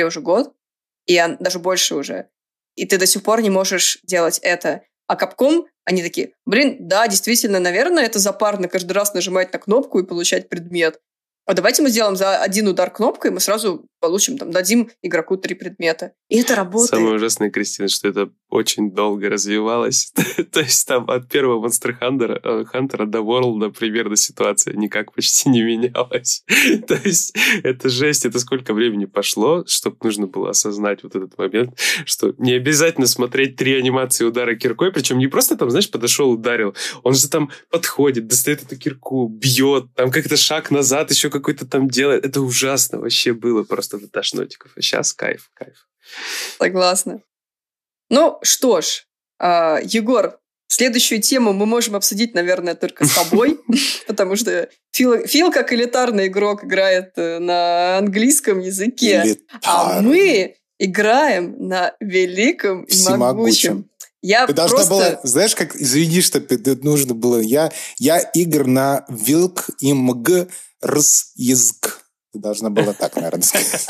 и даже больше уже. И ты до сих пор не можешь делать это. А Capcom, они такие, да, действительно, наверное, это запарно каждый раз нажимать на кнопку и получать предмет. А давайте мы сделаем за один удар кнопкой, мы сразу получим, дадим игроку 3 предмета. И это работает. Самое ужасное, Кристина, что это очень долго развивалось. То есть там от первого Monster Hunter до World примерно ситуация никак почти не менялась. То есть это жесть, это сколько времени пошло, чтобы нужно было осознать вот этот момент, что не обязательно смотреть 3 анимации удара киркой, причем не просто там, знаешь, подошел, ударил, он же там подходит, достает эту кирку, бьет, там как-то шаг назад еще какой-то там делает. Это ужасно вообще было просто до тошнотиков. А сейчас кайф. Согласна. Ну, что ж, Егор, следующую тему мы можем обсудить, наверное, только с тобой, потому что Фил, как элитарный игрок, играет на английском языке, а мы играем на великом и могучем. Ты должна была, знаешь, как, извини, что нужно было, я игр на вилк и мг рс язык. Ты должна была так, наверное, сказать.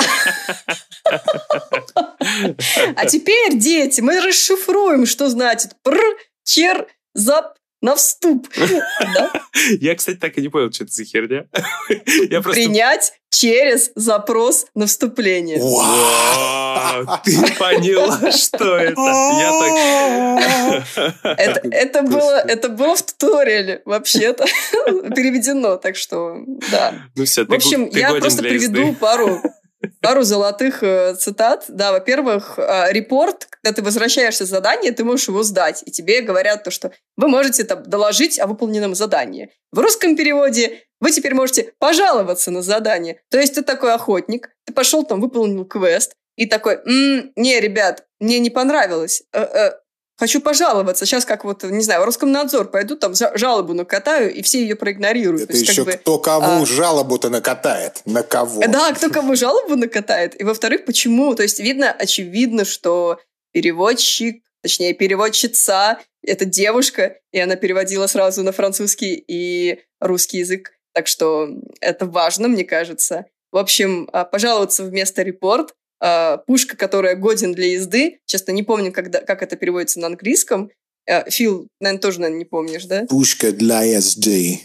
А теперь, дети, мы расшифруем, что значит пр, чер, зап, на вступ. Я, кстати, так и не понял, что это за херня. Принять через запрос на вступление. Ты поняла, что это? Это было в туториале, вообще-то. Переведено, так что, да. Ну все, в общем, я просто приведу пару золотых цитат. Да, во-первых, репорт, когда ты возвращаешься с задания, ты можешь его сдать. И тебе говорят то, что вы можете там доложить о выполненном задании. В русском переводе вы теперь можете пожаловаться на задание. То есть ты такой охотник, ты пошел там, выполнил квест, и такой, не, ребят, мне не понравилось. Хочу пожаловаться. Сейчас как вот, не знаю, в Роскомнадзор пойду, там жалобу накатаю, и все ее проигнорируют. Это еще кто кого жалобу-то накатает? На кого? Да, кто кому жалобу накатает. И во-вторых, почему? То есть очевидно, что переводчик, точнее, переводчица, это девушка, и она переводила сразу на французский и русский язык. Так что это важно, мне кажется. В общем, пожаловаться вместо репорт. Пушка, которая годен для езды. Честно, не помню, как это переводится на английском. Фил, наверное, тоже, не помнишь, да? Пушка для езды.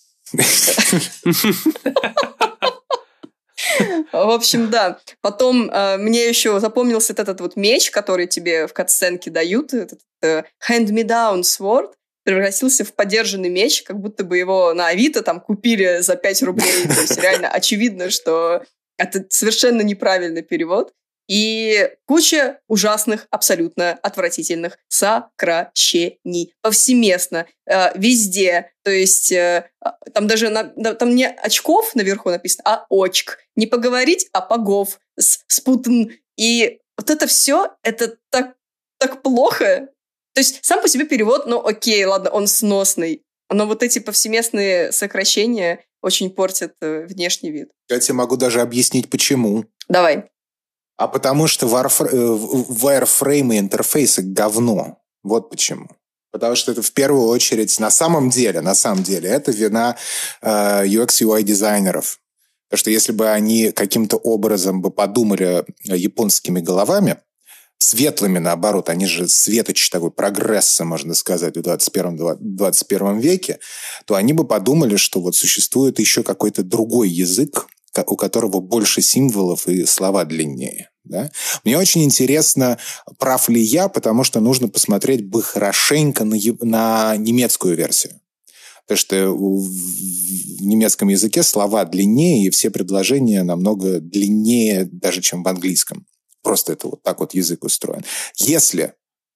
В общем, да. Потом мне еще запомнился этот вот меч, который тебе в катсценке дают, этот hand-me-down sword, превратился в подержанный меч, как будто бы его на Авито там купили за 5 рублей. То есть реально очевидно, что это совершенно неправильный перевод. И куча ужасных, абсолютно отвратительных сокращений. Повсеместно, везде. То есть там даже там не очков наверху написано, а очк. Не поговорить, а погов. Спутн. И вот это все, это так плохо. То есть сам по себе перевод, ну окей, ладно, он сносный. Но вот эти повсеместные сокращения очень портят внешний вид. Я тебе могу даже объяснить, почему. Давай. А потому что wireframe и интерфейсы говно. Вот почему. Потому что это в первую очередь, на самом деле, это вина UX-UI дизайнеров. Потому что если бы они каким-то образом бы подумали японскими головами, светлыми, наоборот, они же светоч такой прогресса, можно сказать, в 21 веке, то они бы подумали, что вот существует еще какой-то другой язык, у которого больше символов и слова длиннее. Да? Мне очень интересно, прав ли я, потому что нужно посмотреть бы хорошенько на немецкую версию. Потому что в немецком языке слова длиннее, и все предложения намного длиннее даже, чем в английском. Просто это вот так вот язык устроен. Если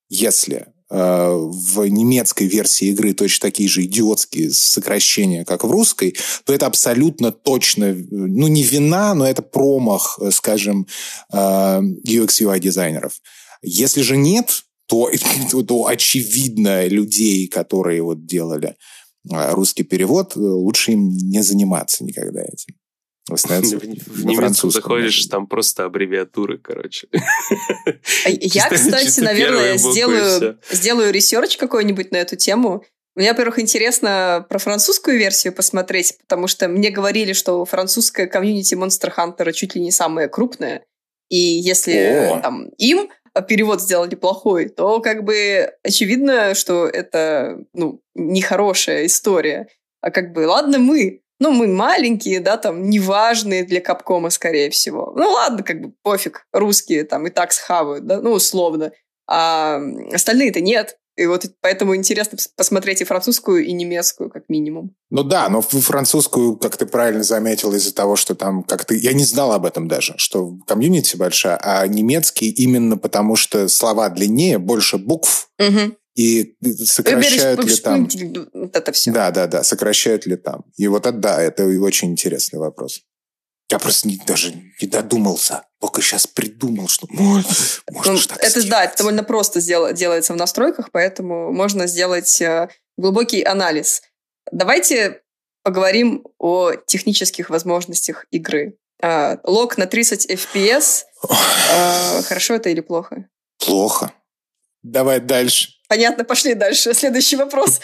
в немецкой версии игры точно такие же идиотские сокращения, как в русской, то это абсолютно точно, ну, не вина, но это промах, скажем, UX-UI дизайнеров. Если же нет, то очевидно людей, которые вот делали русский перевод, лучше им не заниматься никогда этим. В немецком заходишь, там просто аббревиатуры, короче. Я, кстати, наверное, сделаю ресерч какой-нибудь на эту тему. Мне, во-первых, интересно про французскую версию посмотреть, потому что мне говорили, что французская комьюнити Monster Hunter чуть ли не самая крупная. И если там им перевод сделали плохой, то как бы очевидно, что это нехорошая история. А как бы, ладно, мы маленькие, да, там, неважные для Капкома, скорее всего. Ну, ладно, как бы пофиг, русские там и так схавают, да, условно. А остальные-то нет. И вот поэтому интересно посмотреть и французскую, и немецкую, как минимум. Ну да, но французскую, как ты правильно заметил, из-за того, что там как-то... Я не знал об этом даже, что комьюнити большая, а немецкий именно потому, что слова длиннее, больше букв, и сокращают ли там... Вот это все. Да, сокращают ли там. И вот это очень интересный вопрос. Я просто даже не додумался. Только сейчас придумал, что можно так это, сделать. Да, это довольно просто делается в настройках, поэтому можно сделать глубокий анализ. Давайте поговорим о технических возможностях игры. Лог на 30 FPS. Хорошо это или плохо? Плохо. Давай дальше. Понятно, пошли дальше. Следующий вопрос.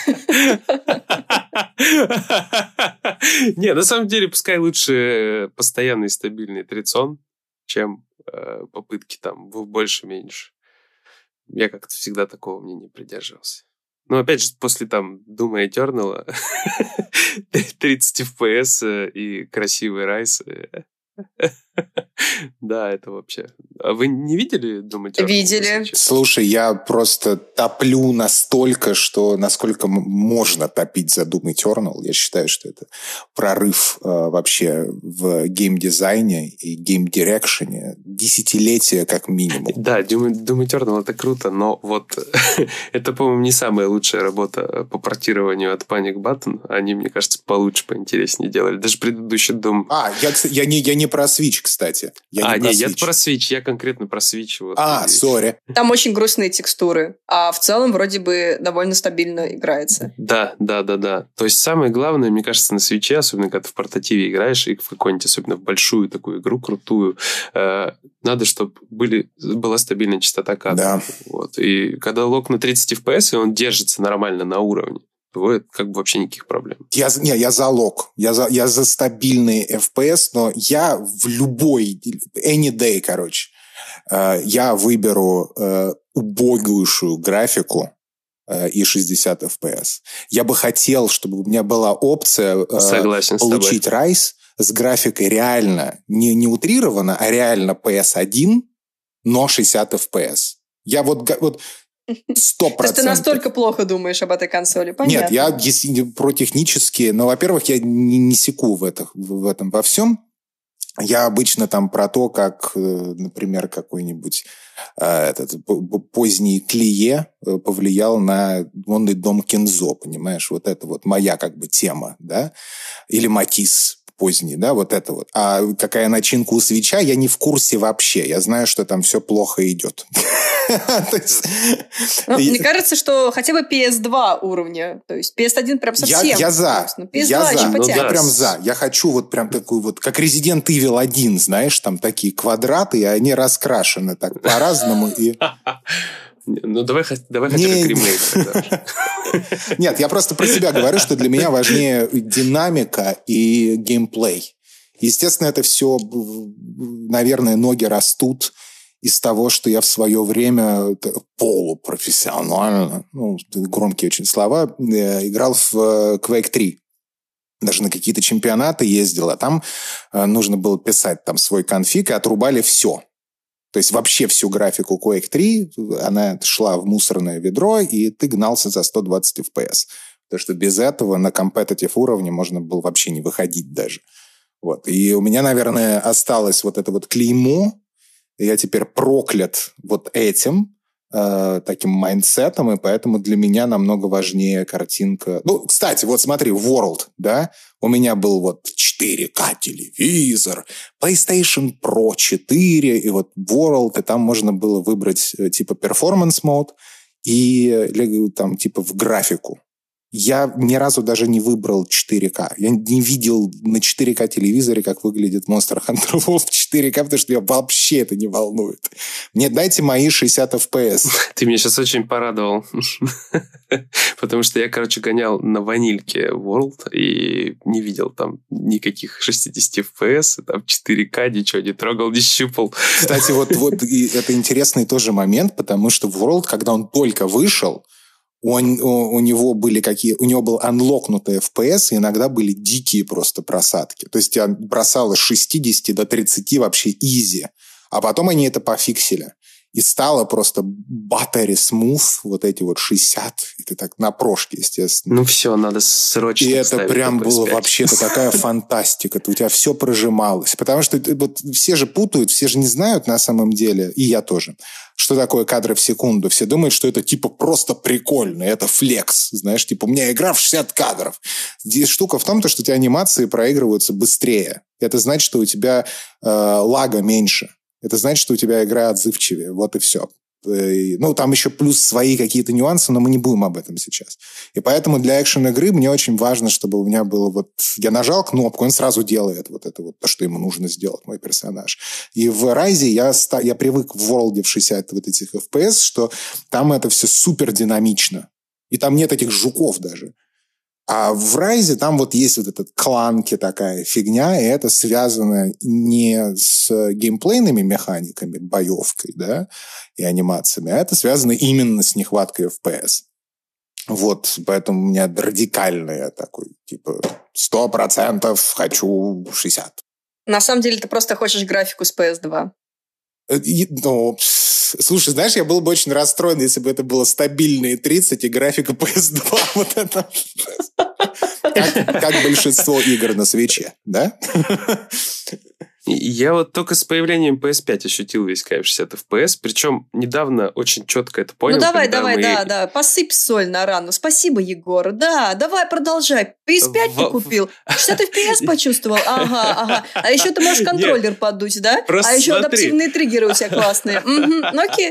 Не, на самом деле, пускай лучше постоянный стабильный трицон, чем попытки там в больше-меньше. Я как-то всегда такого мнения придерживался. Но опять же, после там Doom Eternal 30 FPS и красивый райс. Да, это вообще... А вы не видели Doom Eternal? Видели. Слушай, я просто топлю настолько, что насколько можно топить за Doom Eternal. Я считаю, что это прорыв вообще в геймдизайне и геймдирекшене. Десятилетия как минимум. Да, Doom Eternal это круто, но вот это, по-моему, не самая лучшая работа по портированию от Panic Button. Они, мне кажется, получше, поинтереснее делали. Даже предыдущий Doom... Я не про Switch, кстати. Я про Switch, я конкретно про Switch. Вот, сори. Там очень грустные текстуры, а в целом вроде бы довольно стабильно играется. Да. То есть самое главное, мне кажется, на Switch, особенно когда ты в портативе играешь, и в какую-нибудь, особенно в большую такую игру крутую, надо, чтобы была стабильная частота кадра. Да. Вот. И когда лог на 30 FPS, и он держится нормально на уровне, бывает как бы вообще никаких проблем. Я за лог. Я за стабильный FPS, но я в любой... Any day, короче. Я выберу убогейшую графику и 60 FPS. Я бы хотел, чтобы у меня была опция получить райс с графикой реально, не утрированно, а реально PS1, но 60 FPS. Я вот 100%. То есть ты настолько плохо думаешь об этой консоли? Понятно. Нет, я про технические... Но, во-первых, я не секу в этом во всем. Я обычно там про то, как, например, какой-нибудь поздний Клие повлиял на лунный дом Кензо, понимаешь? Вот это вот моя как бы тема, да? Или Матисс поздний, да, вот это вот. А какая начинка у Свитча, я не в курсе вообще. Я знаю, что там все плохо идет. Мне кажется, что хотя бы PS2 уровня. То есть PS1 прям совсем. Я за. PS2 еще потянет. Я прям за. Я хочу вот прям такую вот, как Resident Evil 1, знаешь, там такие квадраты, и они раскрашены так по-разному. Ну, давай хотя бы ремейк. Нет, я просто про себя говорю, что для меня важнее динамика и геймплей. Естественно, это все, наверное, ноги растут из того, что я в свое время полупрофессионально, громкие очень слова, играл в Quake 3. Даже на какие-то чемпионаты ездил, а там нужно было писать там свой конфиг, и отрубали все. То есть вообще всю графику Quake 3, она шла в мусорное ведро, и ты гнался за 120 FPS. Потому что без этого на компетитив уровне можно было вообще не выходить даже. Вот. И у меня, наверное, осталось вот это вот клеймо, и я теперь проклят вот этим, таким майндсетом, и поэтому для меня намного важнее картинка. Ну, кстати, вот смотри, World, да, у меня был вот 4К телевизор, PlayStation Pro 4, и вот World, и там можно было выбрать типа performance mode и там типа в графику. Я ни разу даже не выбрал 4К. Я не видел на 4К телевизоре, как выглядит Monster Hunter World в 4К, потому что меня вообще это не волнует. Мне дайте мои 60 FPS. Ты меня сейчас очень порадовал. Потому что я, гонял на ванильке World и не видел там никаких 60 FPS, там 4К, ничего не трогал, не щупал. Кстати, вот это интересный тоже момент, потому что World, когда он только вышел, у него был анлокнутый FPS, и иногда были дикие просто просадки. То есть тебя бросало с 60 до 30 вообще изи. А потом они это пофиксили. И стало просто battery smooth, вот эти вот 60, и ты так на прошке, естественно. Ну все, надо срочно. И это прям было вообще-то такая фантастика. У тебя все прожималось. Потому что вот все же путают, все же не знают на самом деле, и я тоже, что такое кадры в секунду. Все думают, что это типа просто прикольно, это флекс. Знаешь, типа у меня игра в 60 кадров. Здесь штука в том, что у тебя анимации проигрываются быстрее. Это значит, что у тебя лага меньше. Это значит, что у тебя игра отзывчивее. Вот и все. Там еще плюс свои какие-то нюансы, но мы не будем об этом сейчас. И поэтому для экшен-игры мне очень важно, чтобы у меня было вот... Я нажал кнопку, он сразу делает вот это вот, то, что ему нужно сделать, мой персонаж. И в Rise я привык в World в 60 вот этих FPS, что там это все супер динамично. И там нет этих жуков даже. А в Rise там вот есть вот этот кланки такая фигня, и это связано не с геймплейными механиками, боевкой, да, и анимациями, а это связано именно с нехваткой FPS. Вот, поэтому у меня радикальный такой, типа, 100% хочу 60. На самом деле ты просто хочешь графику с PS2. Ну, слушай, знаешь, я был бы очень расстроен, если бы это было стабильные 30 и графика PS2. Вот это. Как большинство игр на свече, да? Я вот только с появлением PS5 ощутил весь кайф 60 FPS, причем недавно очень четко это понял. Ну давай, да, посыпь соль на рану. Спасибо, Егор. Да, давай продолжай. PS5 ты купил, 60 FPS почувствовал. Ага. А еще ты можешь контроллер подуть, да? А еще адаптивные триггеры у тебя классные. Ну окей.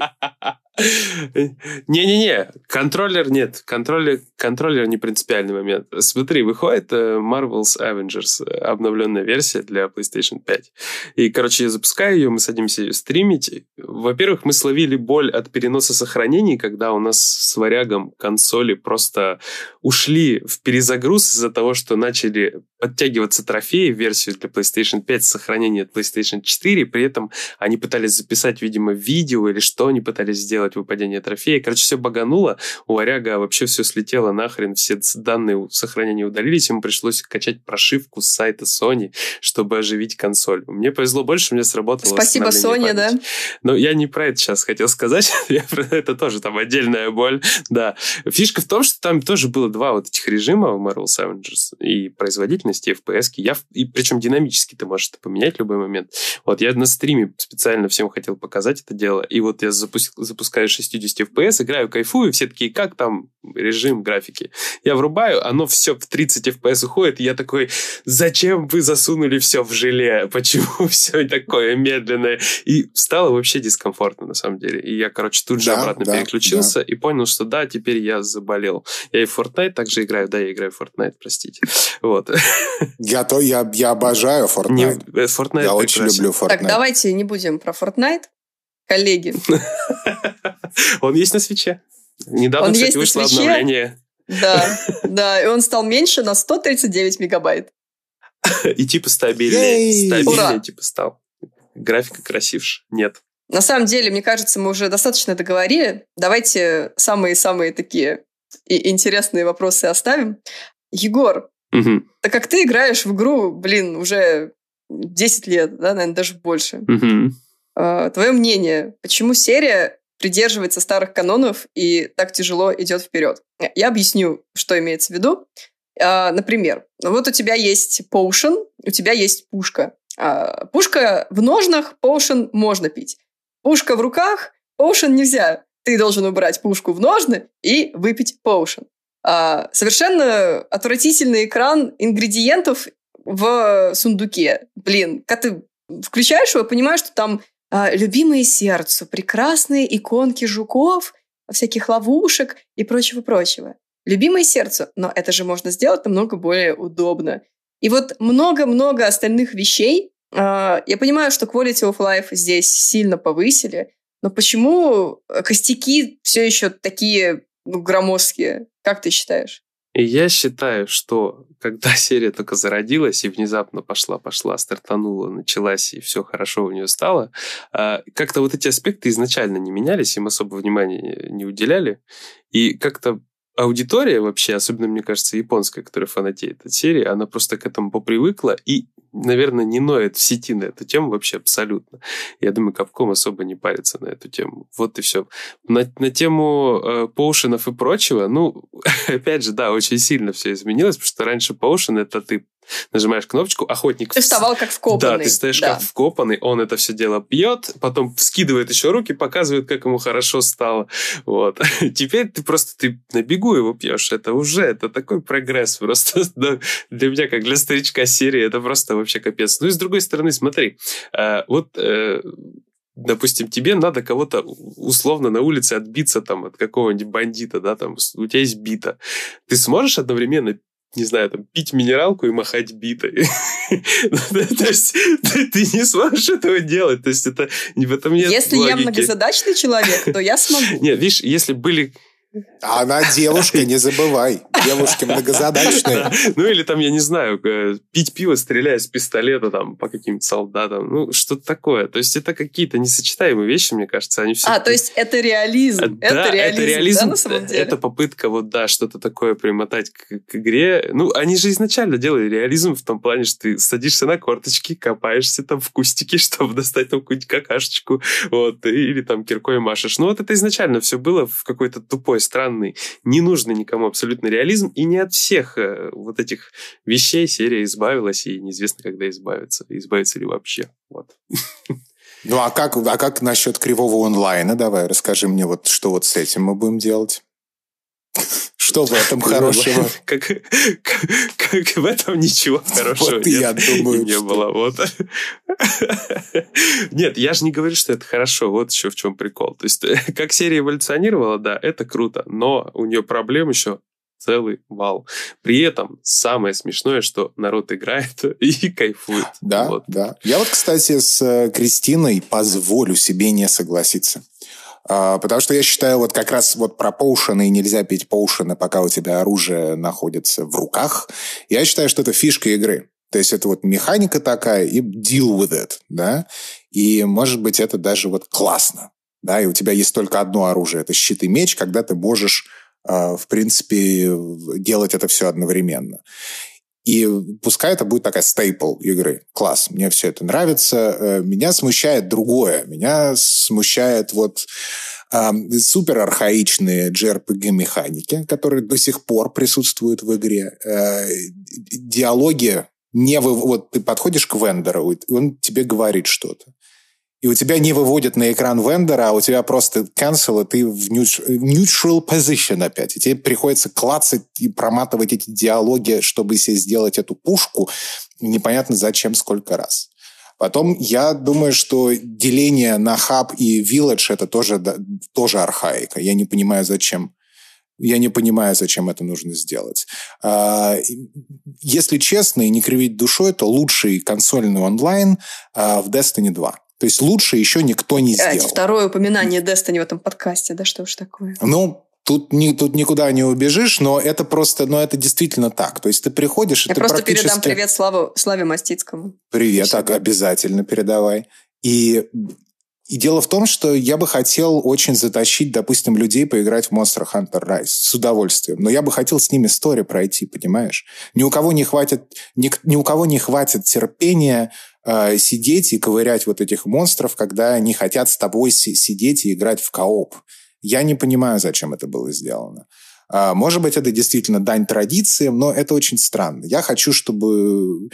Не-не-не, контроллер нет. Контроллер не принципиальный момент. Смотри, выходит Marvel's Avengers, обновленная версия для PlayStation 5. И, короче, я запускаю ее, мы садимся ее стримить. Во-первых, мы словили боль от переноса сохранений, когда у нас с варягом консоли просто ушли в перезагруз из-за того, что начали подтягиваться трофеи в версию для PlayStation 5 с сохранением от PlayStation 4. При этом они пытались записать, видимо, видео или что они пытались сделать, выпадение трофея. Короче, все багануло. У варяга вообще все слетело нахрен. Все данные сохранения удалились. Ему пришлось качать прошивку с сайта Sony, чтобы оживить консоль. Мне повезло больше, мне сработало. Спасибо, Sony, да? Но я не про это сейчас хотел сказать. Это тоже там отдельная боль. Да. Фишка в том, что там тоже было два вот этих режима в Marvel's Avengers. И производительность, и FPS. И причем динамически ты можешь это поменять в любой момент. Вот я на стриме специально всем хотел показать это дело. И вот я запускаю 60 FPS, играю, кайфую. Все такие, как там режим графики? Я врубаю, оно все в 30 FPS уходит. И я такой, зачем вы засунули все в желе? Почему все такое медленное? И стало вообще дискомфортно, на самом деле. И я, короче, тут же обратно переключился и понял, что да, теперь я заболел. Я и в Fortnite также играю. Да, я играю в Fortnite, простите. Вот. Я обожаю Fortnite. Fortnite я очень люблю Fortnite. Так, давайте не будем про Fortnite. Коллеги. Он есть на свече. Недавно, кстати, вышло обновление. Да, и он стал меньше на 139 мегабайт. И типа стабильнее типа стал. Графика красивше. Нет. На самом деле, мне кажется, мы уже достаточно договорили. Давайте самые-самые такие интересные вопросы оставим. Егор, так как ты играешь в игру, уже 10 лет, да, наверное, даже больше. Твое мнение, почему серия придерживается старых канонов и так тяжело идет вперед? Я объясню, что имеется в виду. Например, вот у тебя есть potion, у тебя есть пушка. Пушка в ножнах, potion можно пить. Пушка в руках, potion нельзя. Ты должен убрать пушку в ножны и выпить potion. Совершенно отвратительный экран ингредиентов в сундуке. Когда ты включаешь его, понимаешь, что там любимые сердцу, прекрасные иконки жуков, всяких ловушек и прочего-прочего. Любимые сердцу, но это же можно сделать намного более удобно. И вот много-много остальных вещей. Я понимаю, что quality of life здесь сильно повысили, но почему костяки все еще такие громоздкие? Как ты считаешь? И я считаю, что когда серия только зародилась и внезапно пошла, стартанула, началась, и все хорошо у нее стало, как-то вот эти аспекты изначально не менялись, им особо внимания не уделяли. И как-то аудитория вообще, особенно, мне кажется, японская, которая фанатеет от серии, она просто к этому попривыкла и, наверное, не ноет в сети на эту тему вообще абсолютно. Я думаю, Capcom особо не парится на эту тему. Вот и все. На тему поушенов и прочего, опять же, да, очень сильно все изменилось, потому что раньше поушен — это ты нажимаешь кнопочку, охотник... Ты вставал как вкопанный. Да, ты стоишь как вкопанный, он это все дело пьет, потом вскидывает еще руки, показывает, как ему хорошо стало. Вот. Теперь ты на бегу его пьешь. Это такой прогресс просто. Для меня, как для старичка серии, это просто вообще капец. И с другой стороны, смотри, допустим, тебе надо кого-то условно на улице отбиться от какого-нибудь бандита, да, у тебя есть бита. Ты сможешь одновременно, не знаю, пить минералку и махать битой? То есть ты не сможешь этого делать. То есть это в этом нет логики. Если я многозадачный человек, то я смогу. Нет, видишь, если были А она девушка, не забывай. Девушки многозадачные. Ну, или там, я не знаю, пить пиво, стреляя из пистолета там по каким-то солдатам. Ну, что-то такое. То есть это какие-то несочетаемые вещи, мне кажется. Они все то есть это реализм. Да, это реализм, да, на самом деле? Это попытка что-то такое примотать к игре. Ну, они же изначально делали реализм в том плане, что ты садишься на корточки, копаешься там в кустике, чтобы достать там какую-нибудь какашечку, или там киркой машешь. Ну, вот это изначально все было в какой-то тупой, странный, ненужный никому абсолютно реализм, и не от всех вот этих вещей серия избавилась, и неизвестно, когда избавится. Избавится ли вообще. Вот. Ну, а как насчет кривого онлайна? Давай, расскажи мне, что вот с этим мы будем делать. Что в этом хорошего? Как в этом ничего хорошего вот я думаю, не было. Нет, я же не говорю, что это хорошо. Вот еще в чем прикол. То есть, как серия эволюционировала, да, это круто. Но у нее проблем еще целый вал. При этом самое смешное, что народ играет и кайфует. Да, да. Я кстати, с Кристиной позволю себе не согласиться. Потому что я считаю, как раз про поушены, и нельзя пить поушены, пока у тебя оружие находится в руках. Я считаю, что это фишка игры. То есть это механика такая, и deal with it, да. И, может быть, это даже классно, да. И у тебя есть только одно оружие, это щит и меч, когда ты можешь, в принципе, делать это все одновременно. И пускай это будет такая стейпл игры. Класс, мне все это нравится. Меня смущает другое. Меня смущает супер архаичные JRPG-механики, которые до сих пор присутствуют в игре. Диалоги ты подходишь к вендору, он тебе говорит что-то. И у тебя не выводят на экран вендора, а у тебя просто cancel, и ты в neutral position опять. И тебе приходится клацать и проматывать эти диалоги, чтобы себе сделать эту пушку. Непонятно зачем, сколько раз. Потом я думаю, что деление на хаб и village – это тоже архаика. Я не понимаю, зачем. Это нужно сделать. Если честно и не кривить душой, то лучший консольный онлайн в Destiny 2. То есть лучше еще никто не сделал. Второе упоминание Destiny в этом подкасте, да что уж такое. Тут никуда не убежишь, но это действительно так. То есть ты приходишь, и я ты просто передам привет Славе Мастицкому. Привет, обязательно передавай. И дело в том, что я бы хотел очень затащить, допустим, людей поиграть в Monster Hunter Rise с удовольствием. Но я бы хотел с ними story пройти, понимаешь? Ни у кого не хватит терпения сидеть и ковырять этих монстров, когда они хотят с тобой сидеть и играть в кооп. Я не понимаю, зачем это было сделано. Может быть, это действительно дань традициям, но это очень странно. Я хочу, чтобы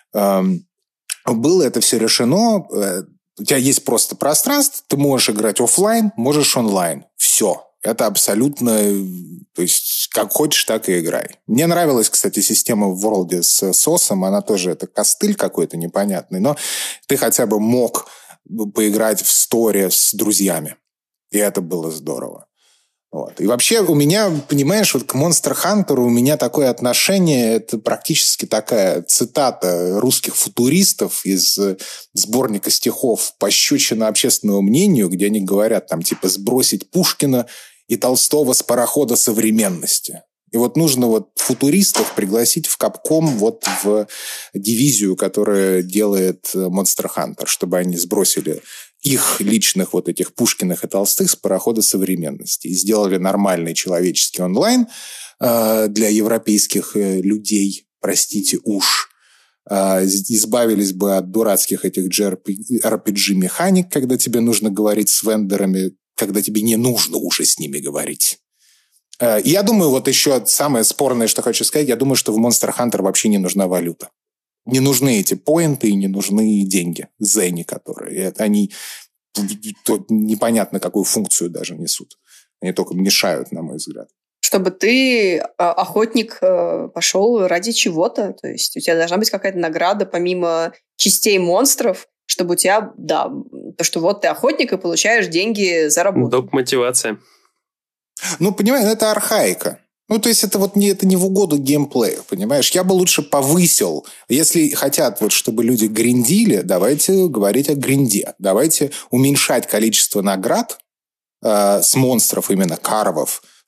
было это все решено. У тебя есть просто пространство, ты можешь играть офлайн, можешь онлайн. Все. Это абсолютно... То есть, как хочешь, так и играй. Мне нравилась, кстати, система в World с сосом. Она тоже... Это костыль какой-то непонятный. Но ты хотя бы мог поиграть в сторе с друзьями. И это было здорово. И вообще у меня, понимаешь, к Monster Hunter у меня такое отношение, это практически такая цитата русских футуристов из сборника стихов «Пощечина общественному мнению», где они говорят, сбросить Пушкина и Толстого с парохода современности. И нужно футуристов пригласить в Capcom в дивизию, которая делает Monster Hunter, чтобы они сбросили их личных этих Пушкиных и Толстых с парохода современности и сделали нормальный человеческий онлайн для европейских людей, простите уж, избавились бы от дурацких этих JRPG-механик, когда тебе нужно говорить с вендорами, когда тебе не нужно уже с ними говорить. Я думаю, еще самое спорное, что хочу сказать, я думаю, что в Monster Hunter вообще не нужна валюта. Не нужны эти поинты и не нужны деньги, зени, которые. Они непонятно какую функцию даже несут. Они только мешают, на мой взгляд. Чтобы ты, охотник, пошел ради чего-то. То есть у тебя должна быть какая-то награда помимо частей монстров, чтобы у тебя, то, что ты охотник и получаешь деньги за работу. Доп-мотивация. Понимаешь, это архаика. То есть это не в угоду геймплею, понимаешь? Я бы лучше повысил. Если хотят, чтобы люди гриндили, давайте говорить о гринде. Давайте уменьшать количество наград с монстров, именно карвов,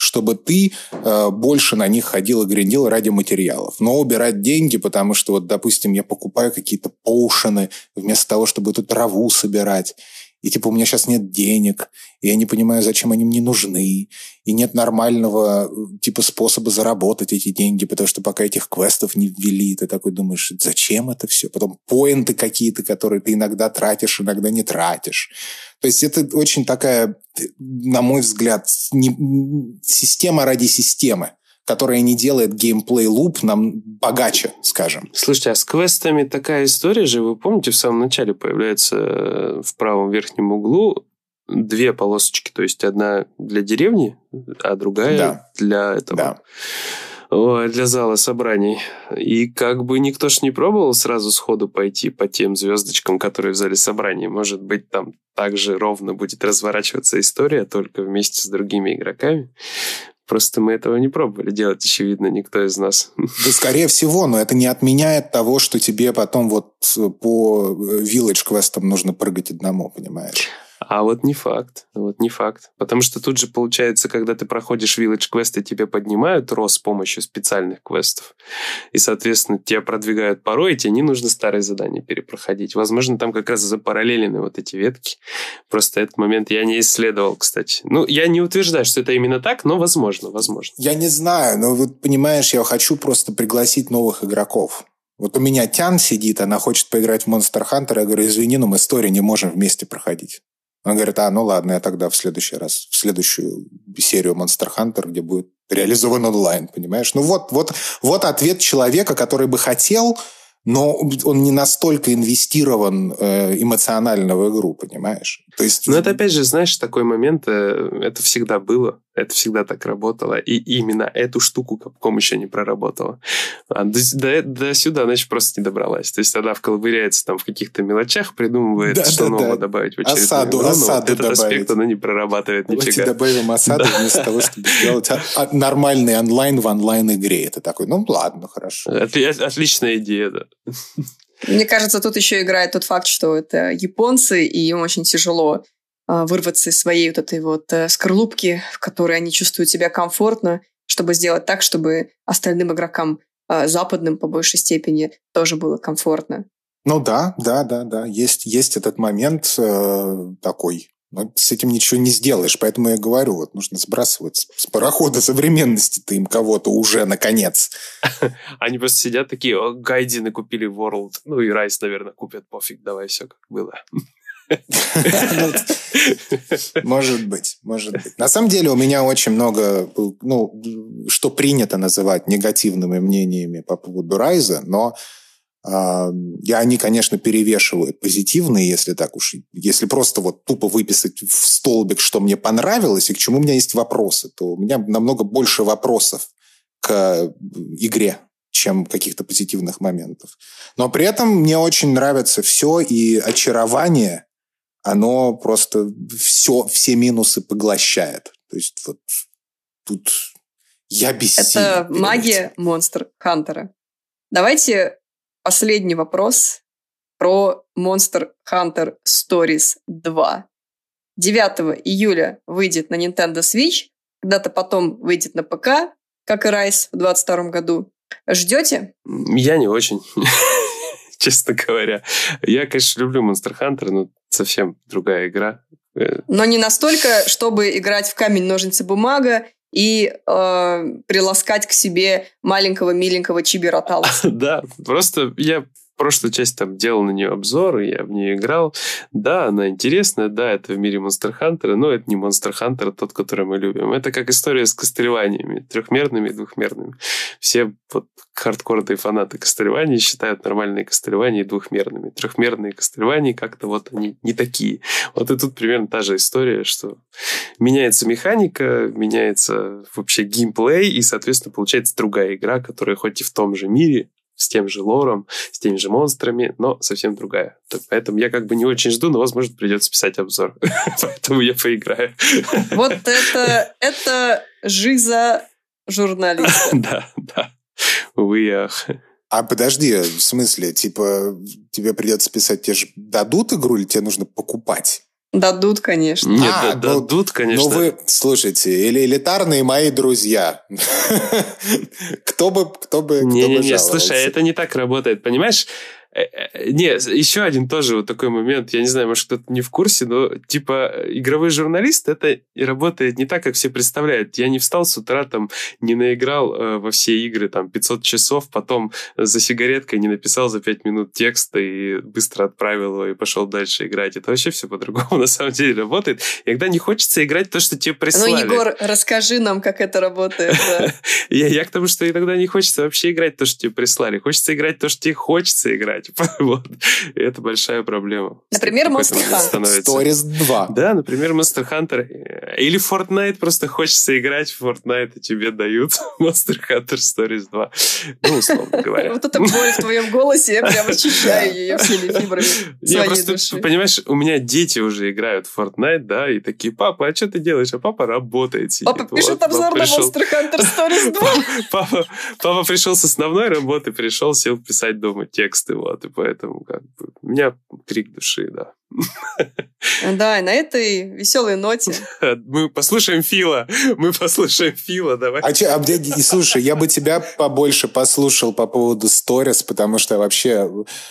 чтобы ты больше на них ходил и гриндил ради материалов. Но убирать деньги, потому что, вот, допустим, я покупаю какие-то поушены вместо того, чтобы эту траву собирать. И типа у меня сейчас нет денег, и я не понимаю, зачем они мне нужны, и нет нормального типа способа заработать эти деньги, потому что пока этих квестов не ввели, ты такой думаешь, зачем это все? Потом поинты какие-то, которые ты иногда тратишь, иногда не тратишь. То есть это очень такая, на мой взгляд, система ради системы, которая не делает геймплей-луп нам богаче, скажем. Слушайте, а с квестами такая история же, вы помните, в самом начале появляется в правом верхнем углу 2 полосочки, то есть одна для деревни, а другая для этого. Да. Для зала собраний. И как бы никто ж не пробовал сразу сходу пойти по тем звездочкам, которые в зале собраний. Может быть, там также ровно будет разворачиваться история, только вместе с другими игроками. Просто мы этого не пробовали делать, очевидно, никто из нас. Да, скорее всего, но это не отменяет того, что тебе потом вот по вилледж-квестам нужно прыгать одному, понимаешь? А вот не факт. Потому что тут же получается, когда ты проходишь вилледж-квесты, тебе поднимают рост с помощью специальных квестов. И, соответственно, тебя продвигают порой, и тебе не нужно старые задания перепроходить. Возможно, там как раз запараллелены вот эти ветки. Просто этот момент я не исследовал, кстати. Ну, я не утверждаю, что это именно так, но возможно. Я не знаю, но вот понимаешь, я хочу просто пригласить новых игроков. Вот у меня Тян сидит, она хочет поиграть в Monster Hunter, я говорю, извини, но мы историю не можем вместе проходить. Он говорит, ну ладно, я тогда в следующую серию Monster Hunter, где будет реализован онлайн, понимаешь? Ну вот ответ человека, который бы хотел, но он не настолько инвестирован эмоционально в игру, понимаешь? То есть... Ну, это опять же, знаешь, такой момент, это всегда было, это всегда так работало, и именно эту штуку Capcom еще не проработала. А до сюда, значит, просто не добралась. То есть она вколыбыряется там в каких-то мелочах, придумывает, что нового добавить в очередную игру, но вот этот аспект она не прорабатывает нифига. Давайте добавим осаду вместо того, чтобы сделать нормальный онлайн в онлайн-игре. Это такой, ну ладно, хорошо. Отличная идея, да. Мне кажется, тут еще играет тот факт, что это японцы, и им очень тяжело вырваться из своей вот этой вот скорлупки, в которой они чувствуют себя комфортно, чтобы сделать так, чтобы остальным игрокам западным по большей степени тоже было комфортно. Ну да. Есть этот момент такой. Но с этим ничего не сделаешь, поэтому я говорю, вот нужно сбрасывать с парохода современности-то им кого-то уже, наконец. Они просто сидят такие, гайдины купили World, ну и Rise, наверное, купят, пофиг, давай все как было. Может быть. На самом деле у меня очень много, что принято называть негативными мнениями по поводу Rise, но они, конечно, перевешивают позитивные, если просто вот тупо выписать в столбик, что мне понравилось и к чему у меня есть вопросы, то у меня намного больше вопросов к игре, чем каких-то позитивных моментов. Но при этом мне очень нравится все, и очарование, оно просто все минусы поглощает. То есть вот тут я бессилен. Это магия Monster Hunter. Давайте последний вопрос про Monster Hunter Stories 2. 9 июля выйдет на Nintendo Switch, когда-то потом выйдет на ПК, как и Rise в 2022 году. Ждете? Я не очень, честно говоря. Я, конечно, люблю Monster Hunter, но совсем другая игра. Но не настолько, чтобы играть в камень-ножницы-бумага и приласкать к себе маленького миленького Чиби-Роталуса. Да, просто я прошлую часть там делал на нее обзор, и я в нее играл. Да, она интересная, да, это в мире Monster Hunter, но это не Monster Hunter тот, который мы любим. Это как история с кастреваниями, трехмерными и двухмерными. Все вот хардкорные фанаты кастреваний считают нормальные кастревания двухмерными. Трехмерные кастревания как-то вот они не такие. Вот и тут примерно та же история, что меняется механика, меняется вообще геймплей, и, соответственно, получается другая игра, которая хоть и в том же мире, с тем же лором, с теми же монстрами, но совсем другая. Поэтому я как бы не очень жду, но, возможно, придется писать обзор. Поэтому я поиграю. Вот это жиза журналиста. Да. Увы, ах. А подожди, в смысле, типа, тебе придется писать, тебе же дадут игру или тебе нужно покупать? Дадут, конечно. Нет, дадут, конечно. Ну, вы, слушайте, элитарные мои друзья. Кто бы Не, слушай, это не так работает, понимаешь? Не, еще один тоже вот такой момент, я не знаю, может, кто-то не в курсе, но, типа, игровой журналист, это работает не так, как все представляют. Я не встал с утра, там, не наиграл во все игры, там, 500 часов, потом за сигареткой не написал за 5 минут текста и быстро отправил его и пошел дальше играть. Это вообще все по-другому, на самом деле, работает. Иногда не хочется играть то, что тебе прислали. Ну, Егор, расскажи нам, как это работает. Я к тому, что иногда не хочется вообще играть то, что тебе прислали. Хочется играть то, что тебе хочется играть. Вот. И это большая проблема. Например, Monster Hunter. Stories 2. Да, например, Monster Hunter. Или Fortnite, просто хочется играть в Fortnite, и тебе дают Monster Hunter Stories 2. Ну, условно говоря. Вот это боль в твоем голосе, я прям ощущаю ее всеми фибрами своей души. Понимаешь, у меня дети уже играют в Fortnite, да, и такие: папа, а что ты делаешь? А папа работает, сидит. Папа пишет обзор на Monster Hunter Stories 2. Папа пришел с основной работы, сел писать дома тексты, вот. И поэтому как бы у меня крик души, да. Да, и на этой веселой ноте. Мы послушаем Фила, давай. Слушай, я бы тебя побольше послушал по поводу Stories, потому что я вообще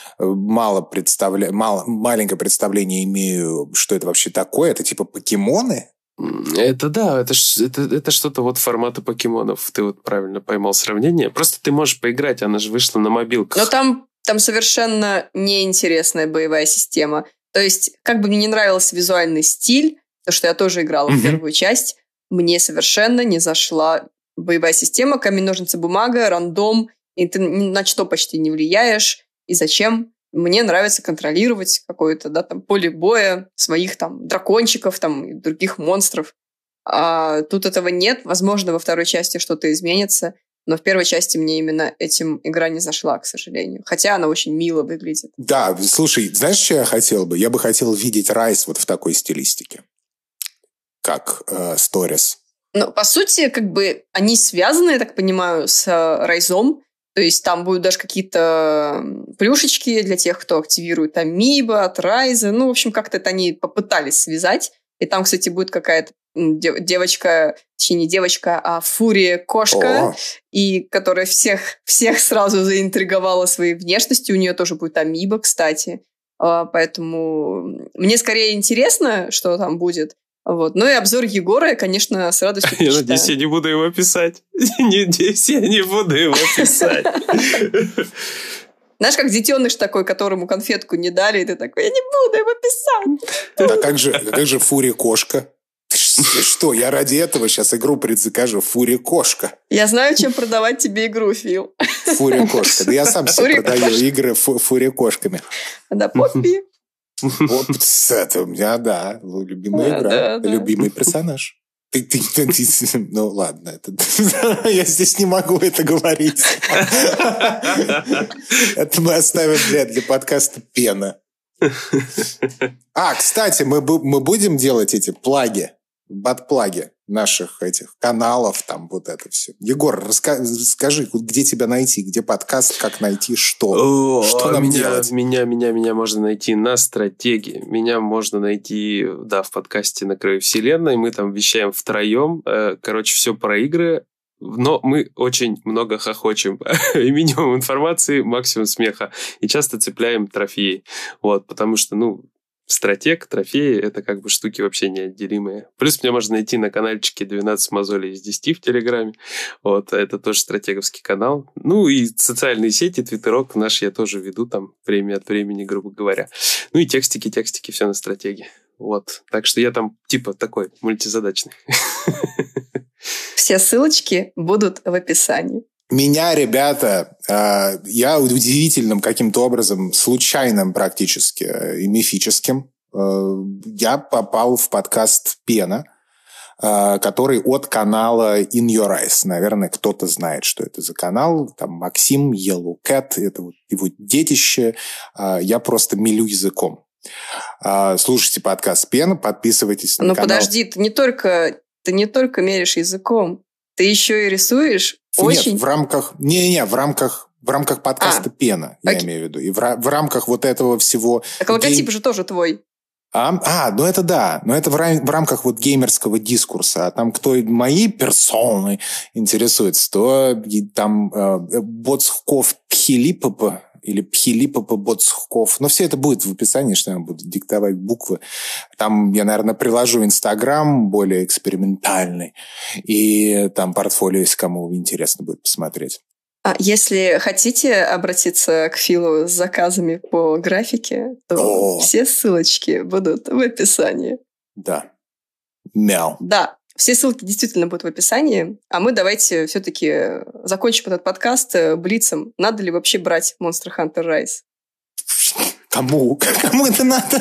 маленькое представление имею, что это вообще такое. Это типа покемоны? Это да, это что-то вот формата покемонов. Ты вот правильно поймал сравнение. Просто ты можешь поиграть, она же вышла на мобилках. Но там совершенно неинтересная боевая система. То есть, как бы мне не нравился визуальный стиль, то, что я тоже играла в первую часть, мне совершенно не зашла боевая система, камень, ножницы, бумага, рандом, и ты ни на что почти не влияешь. И зачем? Мне нравится контролировать какое-то, да, там, поле боя своих там дракончиков там, и других монстров. А тут этого нет. Возможно, во второй части что-то изменится. Но в первой части мне именно этим игра не зашла, к сожалению. Хотя она очень мило выглядит. Да, слушай, знаешь, что я хотел бы? Я бы хотел видеть Rise вот в такой стилистике, как Stories. Ну, по сути, как бы они связаны, я так понимаю, с Райзом. То есть там будут даже какие-то плюшечки для тех, кто активирует Амибо от Райза. Ну, в общем, как-то это они попытались связать. И там, кстати, будет какая-то девочка, точнее, не девочка, а Фурия-кошка, и которая всех сразу заинтриговала своей внешностью. У нее тоже будет Амибо, кстати. Поэтому мне скорее интересно, что там будет. Вот. Ну и обзор Егора я, конечно, с радостью почитаю. Я надеюсь, я не буду его писать. Знаешь, как детеныш такой, которому конфетку не дали, и ты такой: я не буду его писать. А как же Фурия-кошка? Что, я ради этого сейчас игру предзакажу. Фурия-кошка. Я знаю, чем продавать тебе игру, Фил. Фурия-кошка. Да я сам себе продаю игры Фурия-кошками. Да, Поппи. Вот это у меня, да, любимая игра, любимый персонаж. Ну, ладно, я здесь не могу это говорить. Это мы оставим для подкаста «Пена». Кстати, мы будем делать эти плаги, бат-плаги наших этих каналов, там вот это все. Егор, расскажи, где тебя найти, где подкаст, как найти, что нам делать? Меня можно найти на стратегии, меня можно найти, да, в подкасте «На краю вселенной», мы там вещаем втроем, короче, все про игры, но мы очень много хохочем. И минимум информации, максимум смеха. И часто цепляем трофеи. Вот, потому что, стратег, трофеи — это как бы штуки вообще неотделимые. Плюс меня можно найти на канальчике 12 мозолей из 10 в Телеграме. Вот, это тоже стратеговский канал. Ну и социальные сети, твиттерок наш я тоже веду там время от времени, грубо говоря. Ну и текстики, все на стратегии. Вот, так что я там типа такой мультизадачный. Все ссылочки будут в описании. Меня, ребята, я удивительным каким-то образом, случайным практически и мифическим, я попал в подкаст «Пена», который от канала In Your Eyes. Наверное, кто-то знает, что это за канал. Там Максим, Yellow Cat, это вот его детище. Я просто мелю языком. Слушайте подкаст «Пена», подписывайтесь на канал. Ну, подожди, ты не только меряешь языком, ты еще и рисуешь. Очень... Нет, в рамках подкаста «Пена», я имею в виду. И в рамках вот этого всего... Так логотип же тоже твой. Ну это да, но это в рамках вот геймерского дискурса. А там кто мои персоны интересуется, то там Боцхков Пхилиппа или Пхилиппа Боцхков. Но все это будет в описании, что я буду диктовать буквы. Там я, наверное, приложу Инстаграм более экспериментальный. И там портфолио, если кому интересно будет посмотреть. Если хотите обратиться к Филу с заказами по графике, то все ссылочки будут в описании. Да. Мяу. Да, все ссылки действительно будут в описании. А мы давайте все-таки закончим этот подкаст блицем. Надо ли вообще брать Monster Hunter Rise? Кому? Кому это надо?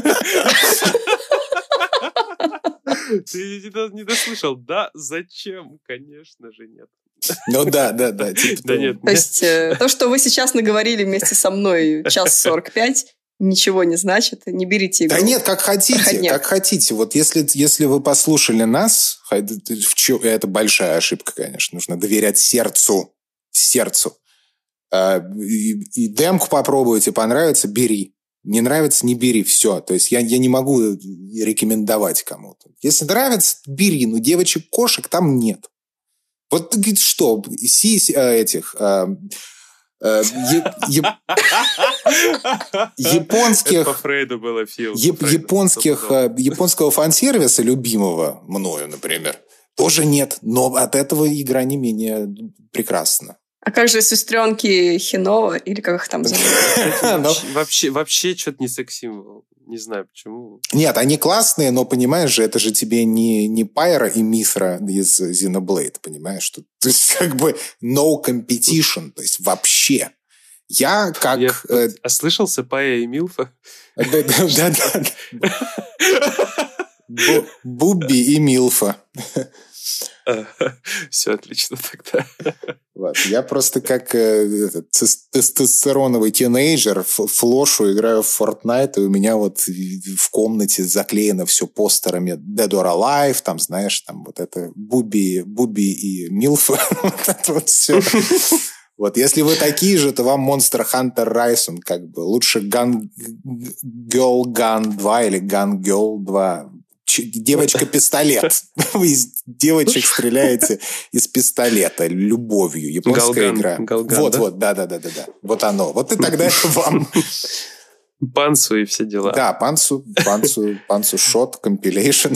Ты не дослышал. Да, зачем? Конечно же, нет. Ну да. Да нет. То есть то, что вы сейчас наговорили вместе со мной 1:45, ничего не значит. Не берите игру. Да нет, как хотите, как хотите. Вот если вы послушали нас, это большая ошибка, конечно. Нужно доверять сердцу. И демку попробуйте, понравится, бери. Не нравится, не бери, все. То есть я не могу рекомендовать кому-то. Если нравится, бери, но девочек-кошек там нет. Вот что, японского фан-сервиса, любимого мною, например, тоже нет. Но от этого игра не менее прекрасна. А как же сестренки Хинова, или как их там зовут? Вообще что-то не секс-символ. Не знаю, почему. Нет, они классные, но, понимаешь же, это же тебе не Пайра и Мithra из Xenoblade, понимаешь? То есть, как бы no competition, то есть вообще. Я как... Ослышался Пая и Милфа? Да. Бубби и Милфа. Все отлично тогда. Вот. Я просто как тестостероновый тинейджер флошу играю в Fortnite, и у меня вот в комнате заклеено все постерами Dead or Alive, там, знаешь, там вот это Буби и Милфа. Вот это вот все. Вот, если вы такие же, то вам Monster Hunter Rise, он как бы лучше Gun Girl Gun 2 или Gun Girl 2. Девочка-пистолет. Вы из девочек стреляете из пистолета любовью. Японская игра. Вот, да. Вот оно. Вот и тогда это вам. Панцу и все дела. Да, панцу шот, компилейшн.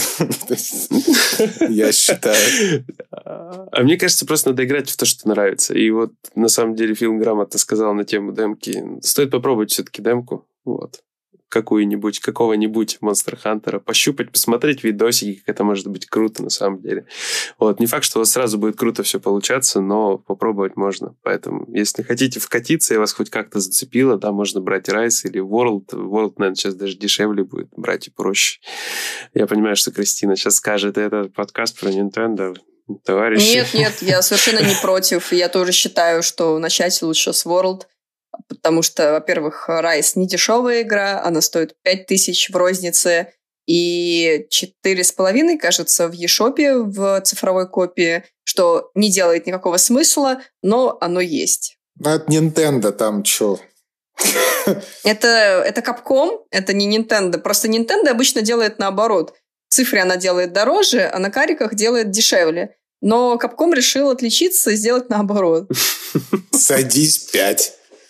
Я считаю. А мне кажется, просто надо играть в то, что нравится. И вот на самом деле Фил грамотно сказал на тему демки. Стоит попробовать все-таки демку. Вот. Какого-нибудь Monster Hunter, пощупать, посмотреть видосики, как это может быть круто на самом деле. Вот. Не факт, что у вас сразу будет круто все получаться, но попробовать можно. Поэтому, если хотите вкатиться и вас хоть как-то зацепило, да, можно брать Rise или World. World, наверное, сейчас даже дешевле будет, брать и проще. Я понимаю, что Кристина сейчас скажет, это подкаст про Nintendo. Товарищи. Нет, я совершенно не против. Я тоже считаю, что начать лучше с World. Потому что, во-первых, Rise не дешевая игра, она стоит 5000 в рознице и 4,5, кажется, в eShop в цифровой копии, что не делает никакого смысла, но оно есть. Ну, это Nintendo, там что? Это Capcom, это не Nintendo. Просто Nintendo обычно делает наоборот. В цифре она делает дороже, а на кариках делает дешевле. Но Capcom решил отличиться и сделать наоборот. Садись 5.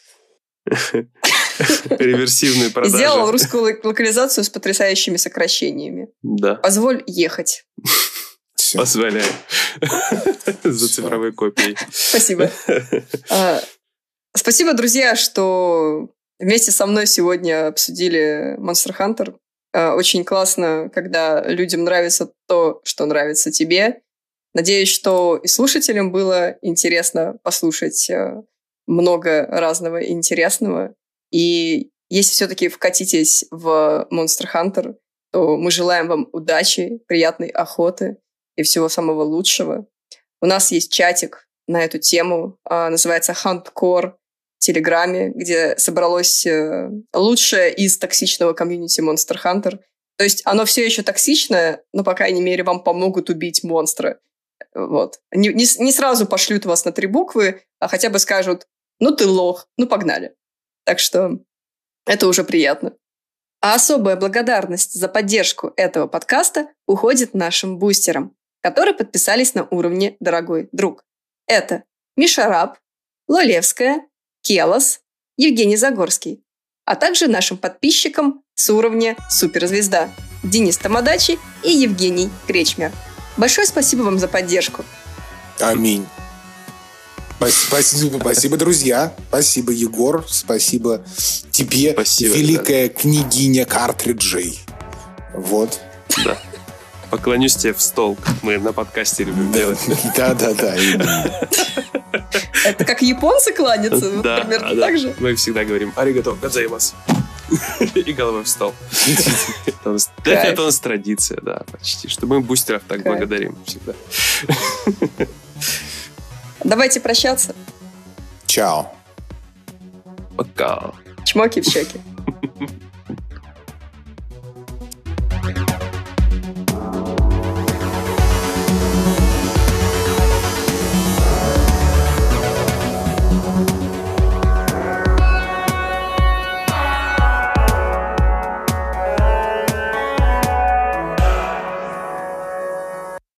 Реверсивные продажи. Сделал русскую локализацию с потрясающими сокращениями. Да. Позволь ехать. Позволяю. За цифровой копией. Спасибо. Спасибо, друзья, что вместе со мной сегодня обсудили Monster Hunter. Очень классно, когда людям нравится то, что нравится тебе. Надеюсь, что и слушателям было интересно послушать много разного интересного. И если все-таки вкатитесь в Monster Hunter, то мы желаем вам удачи, приятной охоты и всего самого лучшего. У нас есть чатик на эту тему, называется Huntcore в Телеграме, где собралось лучшее из токсичного комьюнити Monster Hunter. То есть оно все еще токсичное, но, по крайней мере, вам помогут убить монстра. Вот. Не сразу пошлют вас на 3 буквы, а хотя бы скажут: ну ты лох, ну погнали. Так что это уже приятно. А особая благодарность за поддержку этого подкаста уходит нашим бустерам, которые подписались на уровне «Дорогой друг». Это Миша Раб, Лолевская, Келос, Евгений Загорский, а также нашим подписчикам с уровня «Суперзвезда» Денис Тамадачи и Евгений Кречмер. Большое спасибо вам за поддержку. Аминь. Спасибо, друзья. Спасибо, Егор. Спасибо тебе, великая княгиня картриджей. Вот. Да. Поклонюсь тебе в стол. Мы на подкасте любим делать. Да. Это как японцы кланяться? Да, примерно так же? Мы всегда говорим «Аригато годзаимасу». И головой в стол. Это у нас традиция, да, почти. Что мы бустеров так благодарим всегда. Давайте прощаться. Чао. Пока. Чмоки в щеки.